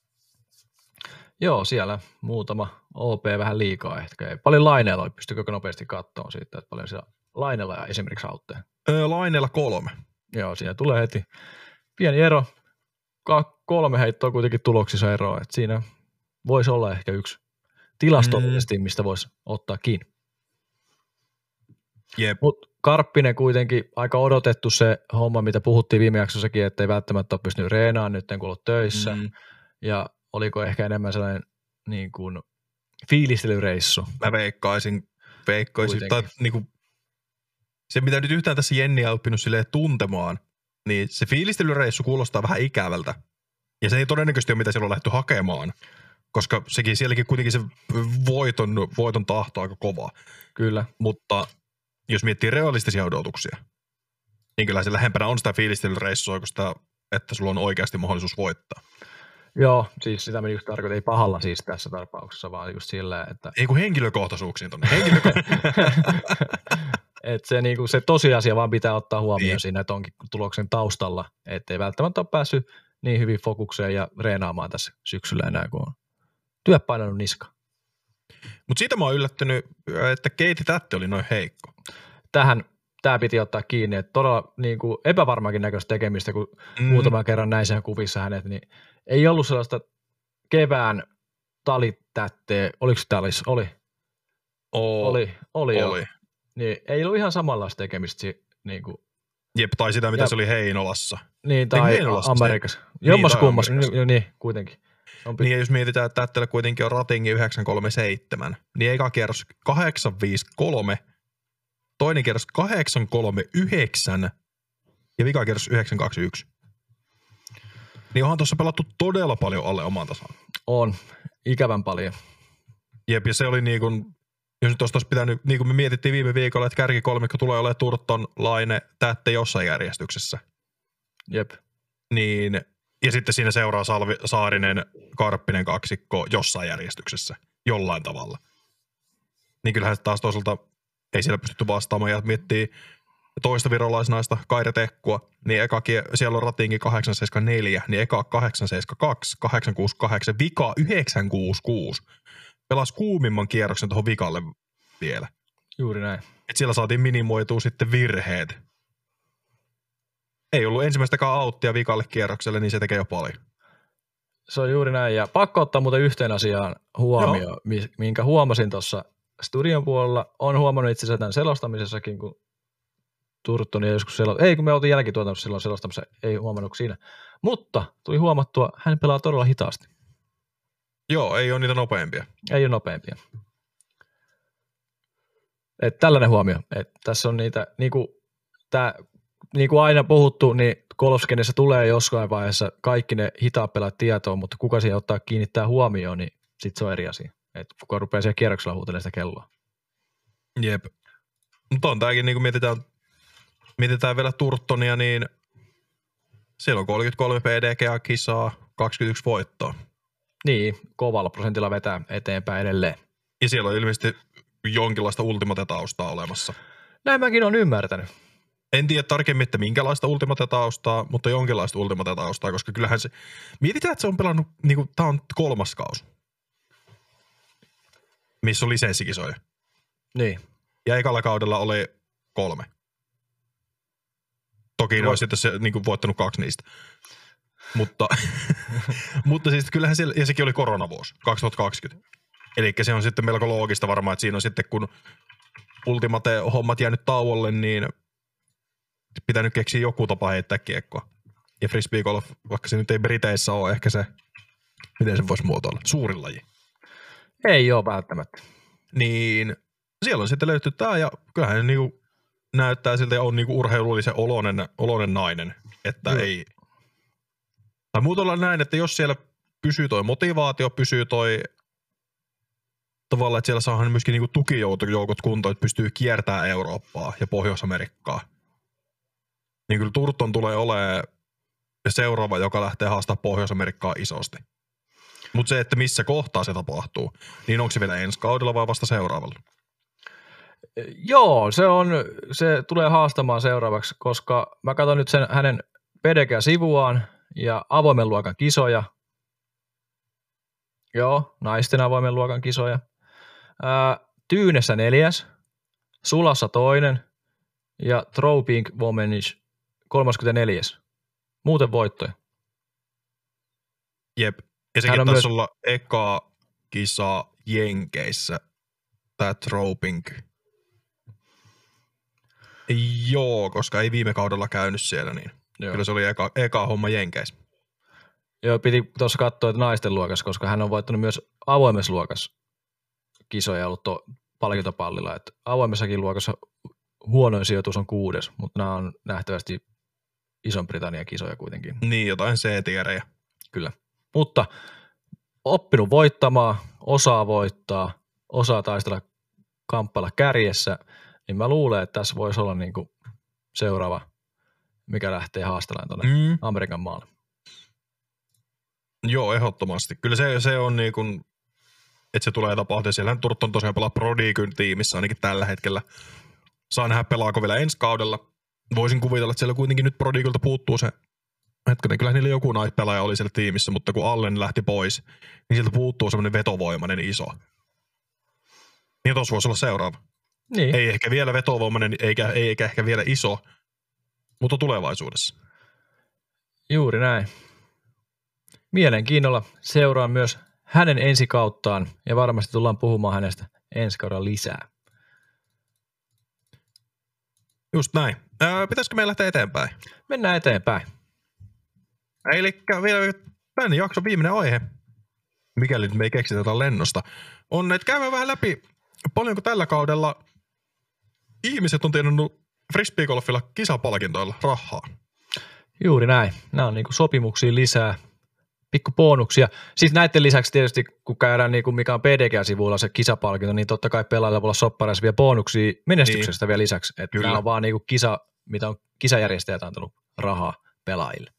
Joo, siellä muutama O P vähän liikaa ehkä. Ei paljon Laineella oli, pystykö nopeasti katsomaan siitä, että paljon siellä Laineella ja esimerkiksi autteen. Öö, Laineella kolme. Joo, siinä tulee heti pieni ero. Kolme heittoa kuitenkin tuloksissa eroa, että siinä voisi olla ehkä yksi tilastollisesti, mm. mistä voisi ottaa kiinni. Jep. Mutta Karppinen kuitenkin aika odotettu se homma, mitä puhuttiin viime jaksossakin, että ei välttämättä ole pystynyt reenaamaan nyt, kun ollut töissä. Mm. Ja oliko ehkä enemmän sellainen niin kuin fiilistelyreissu? Mä veikkaisin, veikkaisin tai niin kuin, se mitä nyt yhtään tässä Jenni on oppinut silleen tuntemaan, niin se fiilistelyreissu kuulostaa vähän ikävältä. Ja se ei todennäköisesti ole mitä siellä on lähdetty hakemaan, koska sekin sielläkin kuitenkin se voiton, voiton tahto on aika kova. Kyllä. Mutta jos miettii realistisia odotuksia, niin kyllä se lähempänä on sitä fiilistelyreissua, kuin sitä, että sulla on oikeasti mahdollisuus voittaa. Joo, siis sitä mä just tarkoitan, ei pahalla siis tässä tapauksessa, vaan just sillä, että... Ei kun henkilökohtaisuuksiin tuonne. Henkilöko- että se, niinku, se tosiasia vaan pitää ottaa huomioon niin. Siinä, että onkin tuloksen taustalla, ettei välttämättä ole päässyt niin hyvin fokukseen ja reenaamaan tässä syksyllä enää, kun on työt painanut niska. Mutta siitä mä oon yllättynyt, että Keiti Tätti oli noin heikko. Tähän tämä piti ottaa kiinni, että todella niin kuin epävarmaankin näköistä tekemistä, kun mm. muutaman kerran näin sen kuvissa hänet, niin ei ollut sellaista kevään talitätteä, oliko se talis? Oli. Oo, oli. Oli, oli. Niin, ei ollut ihan samanlaista tekemistä. Niin kuin. Jep, tai sitä, mitä ja, se oli Heinolassa. Niin, tai Heinolassa Amerikassa. Jommas niin, kummassa, niin, niin, kuitenkin. On niin, ja jos mietitään, että Tättellä kuitenkin on ratingi yhdeksän kolme seitsemän, niin eka kierros kahdeksan viisi kolme, toinen kierros kahdeksan kolme yhdeksän ja vika kierros yhdeksän kaksi yksi. Niin onhan tuossa pelattu todella paljon alle oman tasan. On, ikävän paljon. Jep, ja se oli niin kuin, jos nyt olisi pitänyt, niin kuin me mietittiin viime viikolla, että kärkikolmikko tulee olemaan Turton, Laine, Tätte jossain järjestyksessä. Jep. Niin, ja sitten siinä seuraa Salvi, Saarinen, Karppinen kaksikko jossain järjestyksessä, jollain tavalla. Niin kyllähän taas toisaalta ei siellä pystytty vastaamaan, ja miettii toista virolaisnaista, Kaire Tekkua, niin eka, siellä on ratingi kahdeksan seitsemän neljä, niin eka kahdeksan seitsemän kaksi, kahdeksan kuusi kahdeksan, vika yhdeksän kuusi kuusi. Pelasi kuumimman kierroksen tuohon vikalle vielä. Juuri näin. Et siellä saatiin minimoitua sitten virheet. Ei ollut ensimmäistäkään auttia vikalle kierrokselle, niin se tekee jo paljon. Se on juuri näin, ja pakko ottaa muuten yhteen asiaan huomioon, Joo. minkä huomasin tuossa studion puolella. On huomannut itse asiassa tämän selostamisessakin, kun Turttoni joskus selo... Ei, kun me oltiin jälkituotannossa silloin selostamassa, ei huomannut siinä. Mutta tuli huomattua, hän pelaa todella hitaasti. Joo, ei ole niitä nopeampia. Ei ole nopeampia. Et tällainen huomio, että tässä on niitä, niin kuin, tää, niin kuin aina puhuttu, niin golfskenissä tulee jossain vaiheessa kaikki ne hitaat pelaat tietoon, mutta kuka siihen ottaa kiinnittää huomioon, niin sitten se on eri asia. Että kuka rupeaa siellä kierroksella huutelemaan sitä kelloa. Jep. Mutta on tämäkin, niin kuin mietitään, mietitään vielä Turttonia, niin siellä on kolmekymmentäkolme P D G A-kisaa, kaksikymmentäyksi voittoa. Niin, kovalla prosentilla vetää eteenpäin edelleen. Ja siellä on ilmeisesti jonkinlaista ultimate-taustaa olemassa. Näin mäkin olen ymmärtänyt. En tiedä tarkemmin, että minkälaista ultimate-taustaa, mutta jonkinlaista ultimate-taustaa, koska kyllähän se... Mietitään, että se on pelannut, niin kuin, tämä on kolmas kausi, missä on lisenssikisoja. Niin. Ja ekalla kaudella oli kolme. Toki ne on sitten se, niin kuin, voittanut kaksi niistä. Mutta, mutta siis kyllähän siellä, ja sekin oli koronavuosi, kaksituhattakaksikymmentä. Eli se on sitten melko loogista varmaan, että siinä on sitten, kun Ultimate-hommat jäänyt tauolle, niin pitänyt keksiä joku tapa heittää kiekkoa. Ja frisbee golf, vaikka se nyt ei Briteissä ole ehkä se, miten se voisi muotoilla, suurin laji. Ei ole välttämättä. Niin siellä on sitten löytynyt tämä, ja kyllähän se niinku näyttää siltä, ja on niinku urheilullisen oloinen, oloinen nainen, että mm. ei... Tai muutoin on näin, että jos siellä pysyy toi motivaatio, pysyy toi tavallaan, että siellä saadaan myöskin niinku tukijoukot kuntoon, että pystyy kiertämään Eurooppaa ja Pohjois-Amerikkaa. Niin kyllä Turton tulee olemaan seuraava, joka lähtee haastamaan Pohjois-Amerikkaa isosti. Mutta se, että missä kohtaa se tapahtuu, niin onko se vielä ensi kaudella vai vasta seuraavalla? Joo, se, on, se tulee haastamaan seuraavaksi, koska mä katson nyt sen hänen P D G-sivuaan ja avoimen luokan kisoja. Joo, naisten avoimen luokan kisoja. Ää, Tyynessä neljäs, Sulassa toinen ja Throw Pink Womanish kolmaskymmenesneljäs. Muuten voittoja. Jep. Ja sekin taisi myös olla eka kisa Jenkeissä, tämä Tropink. Joo, koska ei viime kaudella käynyt siellä, niin Joo. kyllä se oli eka, eka homma Jenkeissä. Joo, piti tuossa katsoa, että naisten luokassa, koska hän on voittanut myös avoimessa luokassa kisoja ja ollut to, palkintopallilla. Että avoimessakin luokassa huonoin sijoitus on kuudes, mutta nämä on nähtävästi Ison-Britannian kisoja kuitenkin. Niin, jotain C-tierejä. Kyllä. Mutta oppinut voittamaan, osaa voittaa, osaa taistella kamppailla kärjessä, niin mä luulen, että tässä voisi olla niin kuin seuraava, mikä lähtee haastamaan tuonne mm. Amerikan maalle. Joo, ehdottomasti. Kyllä se, se on niin kuin, että se tulee tapahtua. Siellähän Turton tosiaan pelaa Pro Leagueyn tiimissä ainakin tällä hetkellä. Saa nähdä, pelaako vielä ensi kaudella. Voisin kuvitella, että siellä kuitenkin nyt Pro Leaguelta puuttuu se, hetkinen, kyllä niillä joku naispelaaja oli siellä tiimissä, mutta kun Allen lähti pois, niin sieltä puuttuu semmoinen vetovoimainen iso. Niin tossa voisi olla seuraava. Niin. Ei ehkä vielä vetovoimainen, eikä, ei eikä ehkä vielä iso, mutta tulevaisuudessa. Juuri näin. Mielenkiinnolla seuraan myös hänen ensikauttaan ja varmasti tullaan puhumaan hänestä ensi kaudella lisää. Just näin. Ää, pitäisikö meidän lähteä eteenpäin? Mennään eteenpäin. Eli vielä tämän jakson viimeinen aihe, mikäli me ei keksitä tätä lennosta, on, että käydään vähän läpi, paljonko tällä kaudella ihmiset on tienannut frisbeegolfilla kisapalkintoilla rahaa. Juuri näin. Nämä on niin kuin sopimuksia lisää, pikku bonuksia. Siis näiden lisäksi tietysti, kun käydään niin kuin mikä on P D G-sivuilla se kisapalkinto, niin totta kai pelaajilla voi olla soppareissa vielä bonuksia menestyksestä niin. vielä lisäksi. Että nämä on vaan niin kuin kisa, mitä on kisajärjestäjät antanut rahaa pelaajille.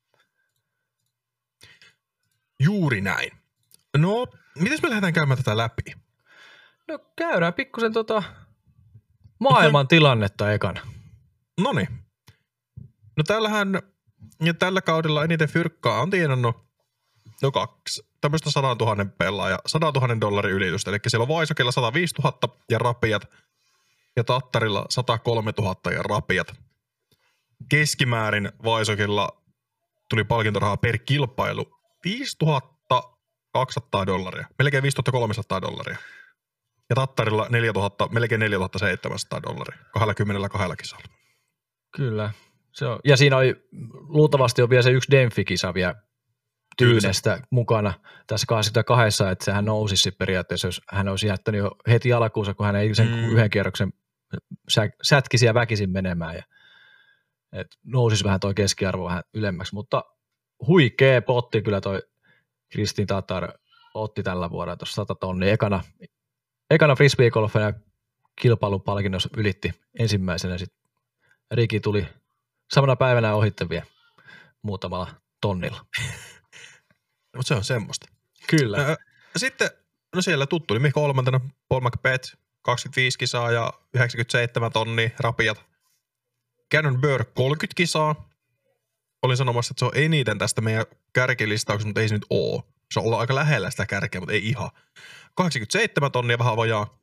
Juuri näin. No, miten me lähdetään käymään tätä läpi? No käydään pikkusen tota maailman no, tilannetta ekana. Noniin. No tällähän, ja tällä kaudella eniten fyrkkaa on tienannut no kaksi tämmöistä sadantuhannen pelaaja, sadantuhannen dollarin ylitystä. Eli siellä on Vaisokilla sata viisituhatta ja rapiat ja Tattarilla sata kolmetuhatta ja rapiat. Keskimäärin Vaisokilla tuli palkintorahaa per kilpailu viisituhatta kaksisataa dollaria, melkein viisituhatta kolmesataa dollaria. Ja Tattarilla neljätuhatta, melkein neljätuhatta seitsemänsataa dollaria, kaksikymmentäkaksi kisalla. Kyllä. Se on. Ja siinä oli, luultavasti on vielä se yksi Denfi-kisa vielä Tyynestä mukana tässä kaksikymmentäkaksi, että sehän nousisi periaatteessa, jos hän olisi jättänyt jo heti alkuunsa, kun hän ei sen mm. yhden kierroksen sä, sätkisi ja väkisin menemään. Ja, et nousisi vähän toi keskiarvo vähän ylemmäksi, mutta huikea potti kyllä toi Kristin Tatar otti tällä vuodella tuossa sata tonnia. Ekana, ekana frisbeegolfina kilpailun palkinnossa ylitti ensimmäisenä, sitten Riki tuli samana päivänä ohittavia muutamalla tonnilla. Mutta se on semmoista. Kyllä. Ää, sitten, no siellä tuttu nimi kolmantena Paul McBeth, kaksikymmentäviisi kisaa ja yhdeksänkymmentäseitsemän tonnia rapiat. Cannon Burke kolmekymmentä kisaa. Olin sanomassa, että se on eniten tästä meidän kärkilistauksesta, mutta ei se nyt ole. Se on ollut aika lähellä sitä kärkeä, mutta ei ihan. kahdeksankymmentäseitsemän tonnia vähän vajaa.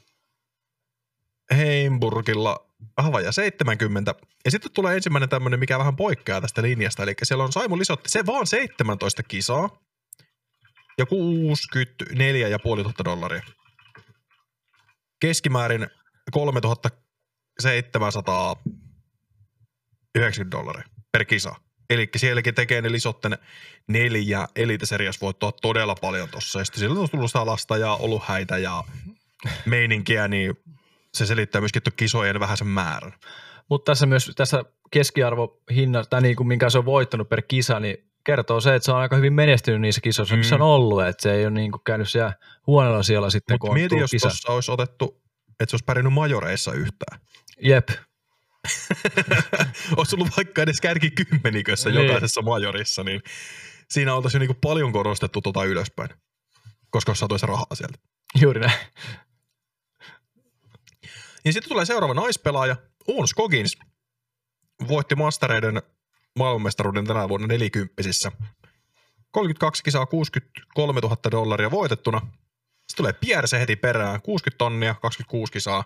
Heimburgilla vähän vajaa seitsemänkymmentä. Ja sitten tulee ensimmäinen tämmöinen, mikä vähän poikkeaa tästä linjasta. Eli siellä on Saimo Lisotti, se vaan seitsemäntoista kisaa ja kuusikymmentäneljä pilkku viisi tuhatta dollaria. Keskimäärin kolmetuhattaseitsemänsataayhdeksänkymmentä dollaria per kisa. Eli sielläkin tekee ne Lisotten neljä Elite Series voittoa todella paljon tossa. Ja sitten siellä on tullut salasta ja ollut häitä ja meininkiä, niin se selittää myöskin tuon kisojen vähäisen määrän. Mutta tässä myös tässä keskiarvohinnassa, tai niin kuin minkä se on voittanut per kisa, niin kertoo se, että se on aika hyvin menestynyt niissä kisoissa, missä mm. on ollut, että se ei ole niin kuin käynyt siellä huonolla siellä sitten, Mut kun on mieti, tullut jos kisa. tuossa olisi otettu, että se olisi pärjännyt majoreissa yhtään. Jep. Olisi ollut vaikka edes kärki kymmenikössä niin. Jokaisessa majorissa, niin siinä oltaisiin jo niin kuin paljon korostettu tuota ylöspäin, koska olisi saatu se rahaa sieltä. Juuri näin. Niin sitten tulee seuraava naispelaaja, Oon Scoggins, voitti mastereiden maailmanmestaruuden tänä vuonna nelikymppisissä. kolmekymmentäkaksi kisaa, kuusikymmentäkolme tuhatta dollaria voitettuna. Sitten tulee Pierce heti perään, kuusikymmentä tonnia, kaksikymmentäkuusi kisaa.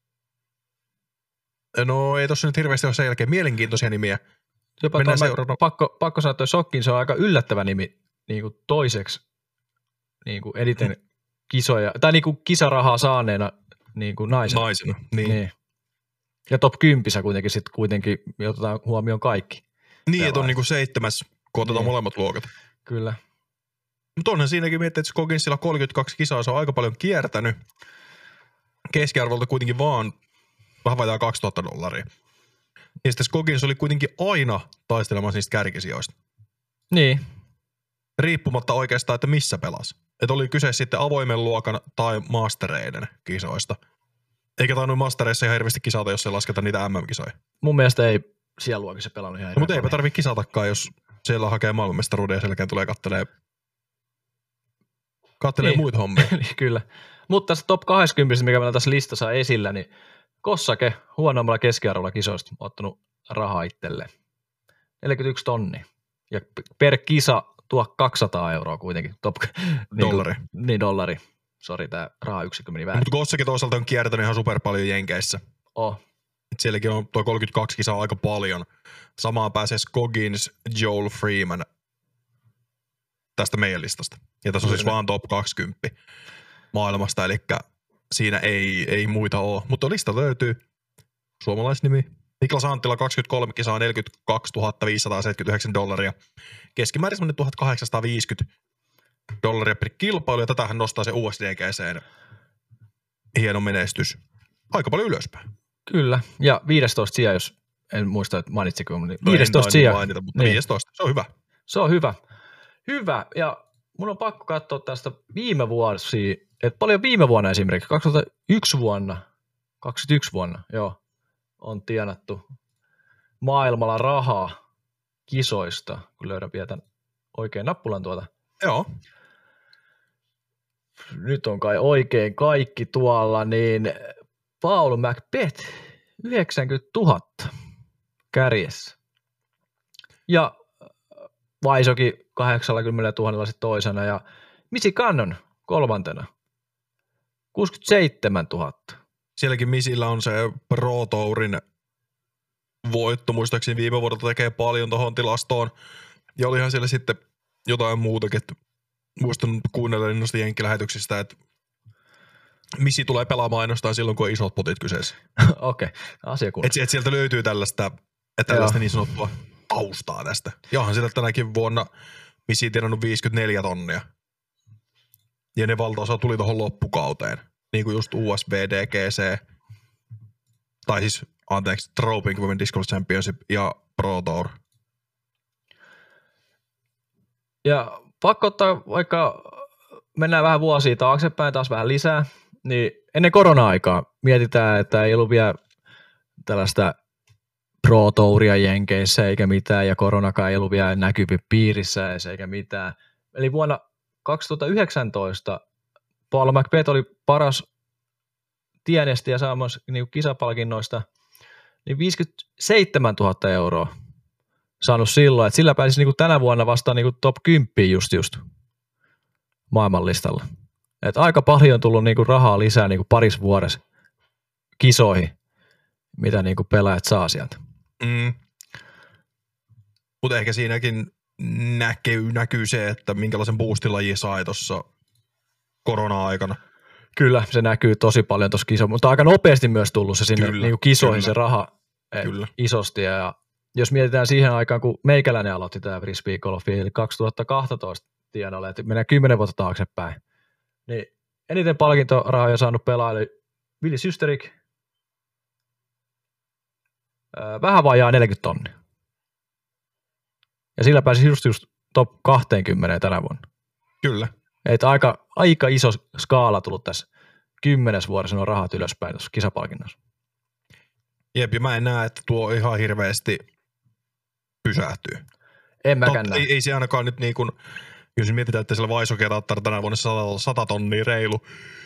No ei tossa nyt hirveästi ole sen jälkeen mielenkiintoisia nimiä. Jopa mä, pakko, pakko sanoa, että Scoggins on aika yllättävä nimi niin kuin toiseksi niin kuin eniten kisoja, tai niinku kisarahaa saaneena niinku naisena. Naisena, niin. niin. Ja top kympissä kuitenkin sitten kuitenkin otetaan huomioon kaikki. Niin, että on niinku seitsemäs, kun otetaan niin. molemmat luokat. Kyllä. Mutta onhan siinäkin miettiä, että Scogginsilla kolmekymmentäkaksi kisaa, se on aika paljon kiertänyt. Keskiarvolta kuitenkin vaan vähän vajaa kaksituhatta dollaria. Ja sitten Scoggins oli kuitenkin aina taistelemassa niistä kärkisijoista. Niin. Riippumatta oikeastaan, että missä pelasi. Että oli kyse sitten avoimen luokan tai mastereiden kisoista. Eikä tainnut mastereissa ihan hirveästi kisata, jos ei lasketa niitä M M-kisoja. Mun mielestä ei siellä luokissa pelannut ihan no, mutta eipä tarvitse kisatakaan, jos siellä hakee maailmanmestaruuden ja selkeän tulee kattelee, kattelee niin. muita hommia. Kyllä. Mutta tässä top kaksikymmentä, mikä meillä on tässä listassa esillä, niin Kossake huonommalla keskiarvolla kisoista ottanut rahaa itselleen. neljäkymmentäyksi tonni. Ja per kisa tuo kaksisataa euroa kuitenkin. Top, dollari. Niin, kuin, niin dollari. Sori, tämä rahayksikkö meni väärin. Mutta Kossake toisaalta on kiertänyt ihan super paljon Jenkeissä. Oh. Sielläkin on tuo kolmekymmentäkaksi kisaa aika paljon. Samaan pääsee Scoggins, Joel Freeman tästä meidän listasta. Ja tässä on siis vaan top kaksikymmentä maailmasta, eli siinä ei, ei muita ole. Mutta lista löytyy. Suomalaisnimi. Niklas Anttila, kaksikymmentäkolme kisaa, neljäkymmentäkaksituhatta viisisataaseitsemänkymmentäyhdeksän dollaria. Keskimäärin semmoinen tuhatkahdeksansataaviisikymmentä dollaria per kilpailu, ja tätähän nostaa se U S D G:seen hieno menestys. Aika paljon ylöspäin. Kyllä, ja viidestoista sija, jos en muista, että mainitsiko, niin viidestoista sija. Mainita, mutta niin. viisitoista, se on hyvä. Se on hyvä. Hyvä, ja mun on pakko katsoa tästä viime vuosia, että paljon viime vuonna esimerkiksi, kaksituhattayksi vuonna, kaksikymmentäyksi vuonna, joo, on tienattu maailmalla rahaa kisoista, kun löydän vielä tämän oikein nappulan tuota. Joo. Nyt on kai oikein kaikki tuolla, niin Paul Macbeth, yhdeksänkymmentätuhatta kärjessä. Ja Vaisoki kahdeksankymmentätuhatta sitten toisena ja Missy Cannon kolmantena, kuusikymmentäseitsemäntuhatta. Sielläkin Missillä on se Pro Tourin voitto, muistaakseni viime vuodelta tekee paljon tuohon tilastoon. Ja olihan siellä sitten jotain muutakin, että muistan kuunnella noista jenkkilähetyksistä, että Missy tulee pelaamaan ainoastaan silloin, kun on isot potit kyseessä. Okei, okay. Asia kunnossa. Että et sieltä löytyy tällaista, että tällaista niin sanottua taustaa tästä. Ja onhan sieltä tänäkin vuonna Missy tienannut viisikymmentäneljä tonnia. Ja ne valtaosa tuli tuohon loppukauteen. Niin kuin just U S B D G C, tai siis anteeksi, Tropic Women Disc Golf Championship ja Pro Tour. Ja pakko ottaa, vaikka mennään vähän vuosia taaksepäin taas vähän lisää, niin ennen korona-aikaa mietitään, että ei ollut vielä tällaista Pro Touria Jenkeissä eikä mitään, ja koronakaan ei ollut vielä näkyvi piirissä eikä mitään. Eli vuonna kaksituhattayhdeksäntoista Paul Macbeth oli paras tienesti ja saamassa niin kisapalkinnoista niin viisikymmentäseitsemäntuhatta euroa saanut silloin, että sillä pääsisi niin tänä vuonna vasta niin top kymmenen just just maailmanlistalla. Et aika paljon on tullut niin rahaa lisää niin paris vuodessa kisoihin, mitä niin pelaajat saa sieltä. Mm. Mutta ehkä siinäkin näkyy, näkyy se, että minkälaisen boostilaji sai tuossa korona-aikana. Kyllä, se näkyy tosi paljon tuossa kisoissa, mutta aika nopeasti myös tullut se sinne kyllä, niin kisoihin kyllä. Se raha kyllä. Isosti. Ja jos mietitään siihen aikaan, kun meikäläinen aloitti tämä frisbee golfi, eli kaksituhattakaksitoista tienoille, että mennään kymmenen vuotta taaksepäin, niin eniten palkintorahoja saanut pelaaja oli Willi Systerik, vähän vajaa neljäkymmentä tonnia. Ja sillä pääsi just, just top kaksikymmentä tänä vuonna. Kyllä. Että aika, aika iso skaala tullut tässä kymmenes vuodessa on rahat ylöspäin tuossa kisapalkinnossa. Jep, ja mä en näe, että tuo ihan hirveästi pysähtyy. En mäkään näe. Ei, ei se ainakaan nyt niin kuin, jos mietitään, että siellä Vaisokia tattar tänä vuonna sata tonnia reilu,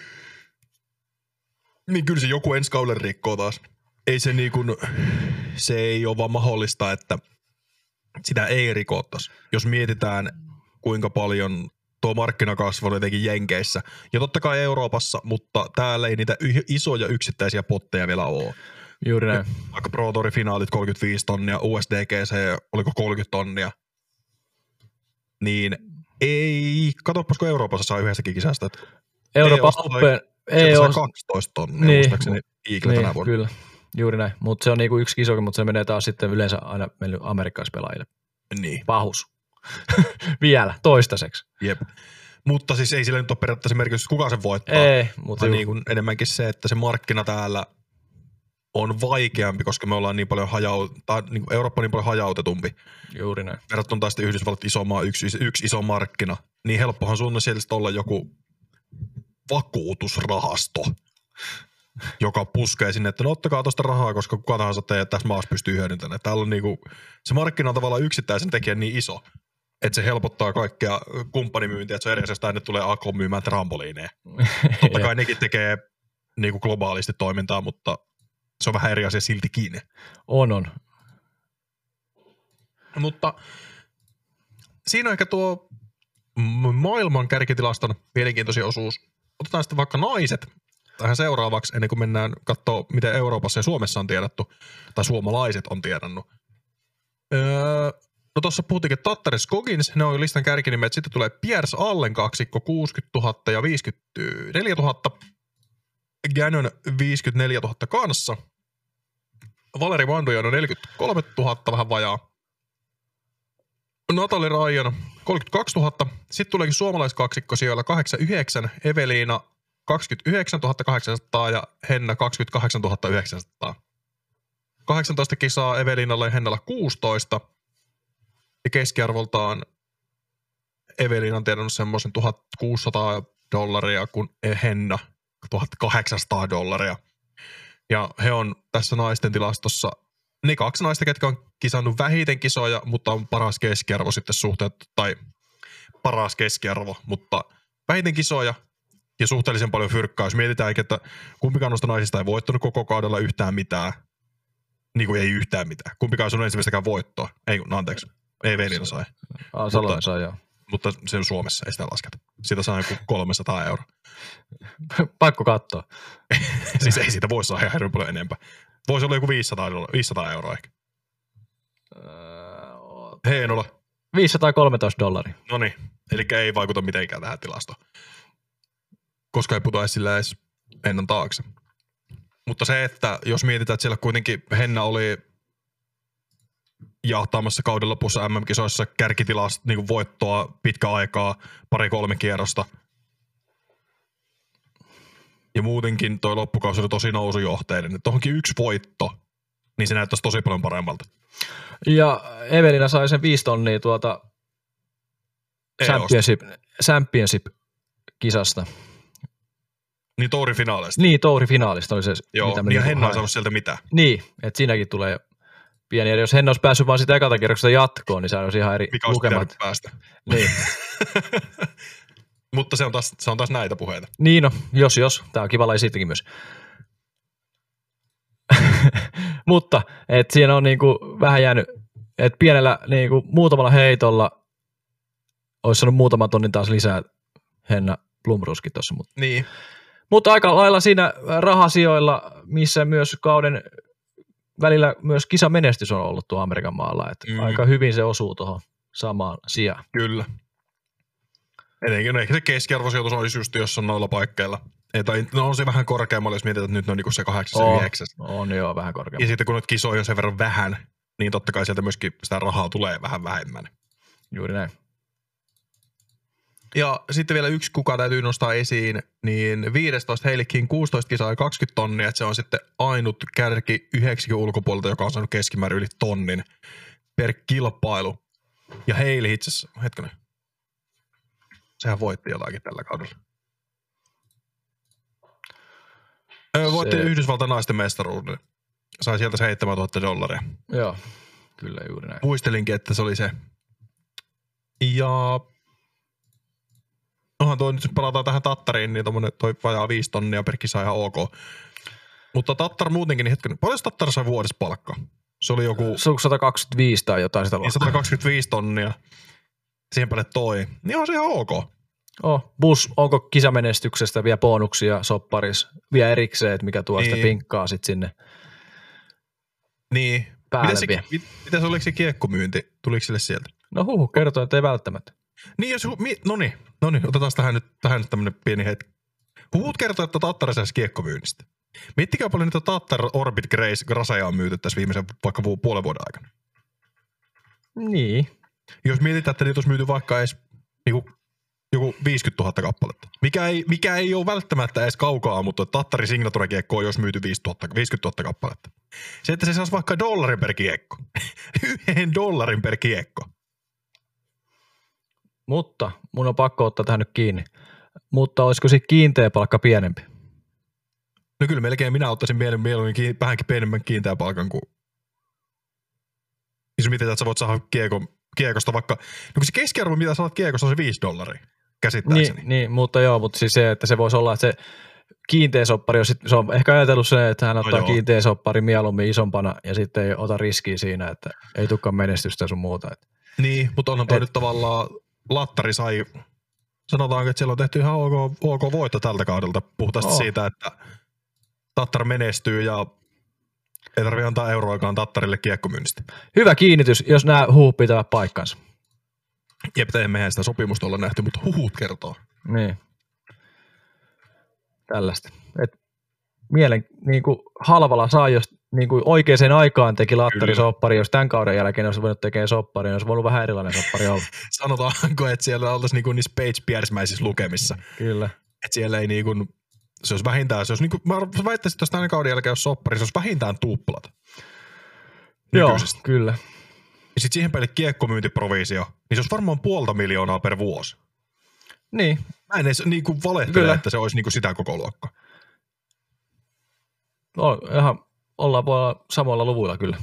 niin kyllä se joku ensi kauden rikkoo taas. Ei se niin kuin, se ei ole vaan mahdollista, että sitä ei rikottaisi. Jos mietitään, kuinka paljon tuo markkina kasvoi jotenkin Jenkeissä. Ja totta kai Euroopassa, mutta täällä ei niitä isoja yksittäisiä potteja vielä ole. Juuri näin. Vaikka Pro Tourin finaalit kolmekymmentäviisi tonnia, U S D G C oliko kolmekymmentä tonnia. Niin ei, katsopas kun Euroopassa saa yhdestäkin kisasta. Euroopan Open ei ole kaksitoista tonnia, niin, muistaakseni Eagle niin, tänä vuonna. Kyllä, juuri näin. Mutta se on niinku yksi isokin, mutta se menee taas sitten yleensä aina mennyt amerikkalaispelaajille. Niin. Pahus. Vielä, toistaiseksi. Jep. Mutta siis ei sillä nyt ole periaatteessa merkitystä, kuka sen voittaa. Ei, mutta niin kuin enemmänkin se, että se markkina täällä on vaikeampi, koska me ollaan niin paljon hajau- tai niin kuin Eurooppa on niin paljon hajautetumpi. Juuri näin. Verrattuna taas Yhdysvallat iso maa, yksi, yksi iso markkina. Niin helppohan sun on sieltä olla joku vakuutusrahasto, joka puskee sinne, että no ottakaa tuosta rahaa, koska kuka tahansa teidän tässä maassa pystyy hyödyntämään. Täällä on niinku, se markkina on tavallaan yksittäisen tekijän niin iso, että se helpottaa kaikkea kumppanimyyntiä, että se on eri asia, tänne tulee A K myymään trampoliineja. Totta kai nekin tekee niinku globaalisti toimintaa, mutta se on vähän eri asia siltikin. On, on. Mutta siinä on ehkä tuo maailman kärkitilaston mielenkiintoisin osuus. Otetaan sitten vaikka naiset tähän seuraavaksi, ennen kuin mennään katsoa, miten Euroopassa ja Suomessa on tiedetty, tai suomalaiset on tiedannut. Öö, no tuossa puhuttiinkin Tattari Skogins, ne on listan kärkinimet. Sitten tulee Piers Allen kaksikko kuusikymmentätuhatta ja viisikymmentäneljätuhatta. Gannon viisikymmentäneljätuhatta kanssa. Valeri Mandujan on neljäkymmentäkolmetuhatta, vähän vajaa. Natalie Ryan kolmekymmentäkaksituhatta. Sitten tuleekin suomalaiskaksikko siellä kahdeksankymmentäyhdeksän. Eveliina kaksikymmentäyhdeksäntuhatta kahdeksansataa ja Henna kaksikymmentäkahdeksantuhatta yhdeksänsataa. kahdeksantoista kisaa Eveliinalle ja Hennalla kuusitoista. Ja keskiarvoltaan Eveliina on tiedannut semmoisen tuhatkuusisataa dollaria, kun Henna tuhatkahdeksansataa dollaria. Ja he on tässä naisten tilastossa ne kaksi naista, ketkä on kisannut vähiten kisoja, mutta on paras keskiarvo sitten suhteet, tai paras keskiarvo, mutta vähiten kisoja ja suhteellisen paljon fyrkkaa. Jos mietitään, että kumpikaan noista naisista ei voittanut koko kaudella yhtään mitään, niin kuin ei yhtään mitään. Kumpikaan ei saanut ensimmäistäkään voittoa. Ei, no anteeksi, ei Velina sai. Ah, Salonen sai, joo. Mutta se on Suomessa, ei sitä lasketa. Siitä saa joku kolmesataa euroa. Pakko katsoa. Siis ei siitä voi saada ihan paljon enempää. Voisi olla joku viisisataa, viisisataa euroa ehkä. Heinola. viisisataakolmetoista dollaria. No niin, eli ei vaikuta mitenkään tähän tilastoon. Koska ei putoa sillä edes Hennan taakse. Mutta se, että jos mietitään, että siellä kuitenkin Henna oli jahtaamassa kauden lopussa M M-kisoissa kärkitilasta niin voittoa pitkä aikaa, pari-kolme kierrosta. Ja muutenkin toi loppukausi oli tosi nousujohteinen. Tuohonkin yksi voitto, niin se näyttäisi tosi paljon paremmalta. Ja Evelina sai sen viisi tonnia tuota championship, championship-kisasta. Niin tourifinaalista. Niin, tourifinaalista oli se. Joo, mitä niin ja Henna ei saanut sieltä mitään. Niin, että siinäkin tulee pieni. Ja jos Henna olisi päässyt vaan sitä ekalta kierroksesta jatkoon, niin se olisi ihan eri mikä lukemat. Mikä päästä. Niin. Mutta se on, taas, se on taas näitä puheita. Niin no, jos jos. Tämä on kiva laji siitäkin myös. Mutta, että siinä on niinku vähän jäänyt, että pienellä niinku muutamalla heitolla olisi saanut muutaman tonnin taas lisää Henna Blomrooskin tuossa. Mutta. Niin. Mutta aika lailla siinä rahasijoilla, missä myös kauden välillä myös kisamenestys on ollut tuo Amerikan maalla. Että mm. aika hyvin se osuu tuohon samaan sijaan. Kyllä. Etenkin, no ehkä se keskiarvosijoitus olisi just jossain noilla paikkeilla. Tai no on se vähän korkeammalla, jos mietitään, että nyt ne on niinku se kahdeksas ja yhdeksäs. On joo, vähän korkeammalla. Ja sitten kun nyt kisoja on sen verran vähän, niin totta kai sieltä myöskin sitä rahaa tulee vähän vähemmän. Juuri näin. Ja sitten vielä yksi, kuka täytyy nostaa esiin, niin viisitoista Heilikin kuusitoista kisaa ja kaksikymmentä tonnia, että se on sitten ainut kärki yhdeksikön ulkopuolelta, joka on saanut keskimäärin yli tonnin per kilpailu. Ja Heili itse asiassa, hetkinen, sehän voitti jotakin tällä kaudella. Öö, voitti se Yhdysvaltain naisten mestaruuden. Sai sieltä seitsemäntuhatta dollaria. Joo, kyllä juuri näin. Muistelinkin, että se oli se. Ja onhan toi nyt, jos palataan tähän Tattariin, niin tommonen toi vajaa viisi tonnia per kisa ihan ok. Mutta Tattar muutenkin, niin hetken, paljon Tattar sai vuodessa palkkaa? Se oli joku se on sata kaksikymmentäviisi tai jotain sitä luokkaa. sata kaksikymmentäviisi tonnia. Siihen päälle toi. Niin on se ihan ok. Oh, bus, onko kisamenestyksestä vielä bonuksia sopparis, vielä erikseen, että mikä tuo niin. Sitä pinkkaa sitten sinne niin. päälle miten se, mit, mitä se oliko se kiekkomyynti? Tuliko sille sieltä? No huhu, kertoo, että ei välttämättä. Niin jos, no niin, no niin, otetaan tähän nyt, tähän nyt tämmönen pieni hetki. Huhut kertoo, että Tattari saisi kiekkomyynnistä. Miettikää paljon niitä Tattar Orbit Grace Graseja on myyty tässä viimeisen vaikka puolen vuoden aikana. Niin. Jos mietitään, että niitä olisi myyty vaikka edes niinku, joku viisikymmentätuhatta kappaletta. Mikä ei, mikä ei ole välttämättä edes kaukaa, mutta Tattari Signature-kiekko on jos myyty viisikymmentätuhatta kappaletta. Se, että se saisi vaikka dollarin per kiekko. Yhden dollarin per kiekko. Mutta mun on pakko ottaa tähän nyt kiinni. Mutta olisiko se kiinteä palkka pienempi? No kyllä melkein minä ottaisin mieluummin kiin, vähänkin pienemmän kiinteän palkan kuin... Jos mietitään, että sä voit saada kiekon, kiekosta vaikka... No kun se keskiarvo, mitä saat kiekosta, on se viisi dollaria, käsittääkseni. Niin, niin, mutta joo, mutta siis se, että se voisi olla, että se kiinteä soppari, on, sit, se on ehkä ajatellut se, että hän ottaa no kiinteä soppari mieluummin isompana ja sitten ei ota riskiä siinä, että ei tulekaan menestystä sun muuta. Että. Niin, mutta onhan toi Et... nyt tavallaan... Lattari sai... Sanotaanko, että siellä on tehty ihan ok, ok voitto tältä kaudelta. Puhutaan oh. siitä, että Tattar menestyy ja ei tarvitse antaa euroakaan Tattarille kiekkomyynnistä. Hyvä kiinnitys, jos nämä huhut pitävät paikkansa. Jep, mehän sitä sopimusta olla nähty, mutta huhut kertoo. Niin. Tällaista. Et mielen niin kuin halvalla saa, jos niin kuin oikeaan aikaan teki Lattari soppari, jos tämän kauden jälkeen olisi voinut tekemään soppari, niin olisi voinut vähän erilainen soppari olla. Sanotaanko, että siellä oltaisiin niin kuin niissä Page-Piersmäisissä lukemissa. Kyllä. Että siellä ei niin kuin, se olisi vähintään, se olisi niin kuin, mä väittäisin, että jos tämän kauden jälkeen olisi soppari, se olisi vähintään tuplat. Joo, kyllä. Ja sitten siihen päälle kiekkomyyntiprovisio, niin se olisi varmaan puolta miljoonaa per vuosi. Niin. Mä en edes niin kuin valehtele, kyllä. Että se olisi niin kuin sitä koko luokkaa. No, ihan ollaan voi olla samoilla luvuilla kyllä.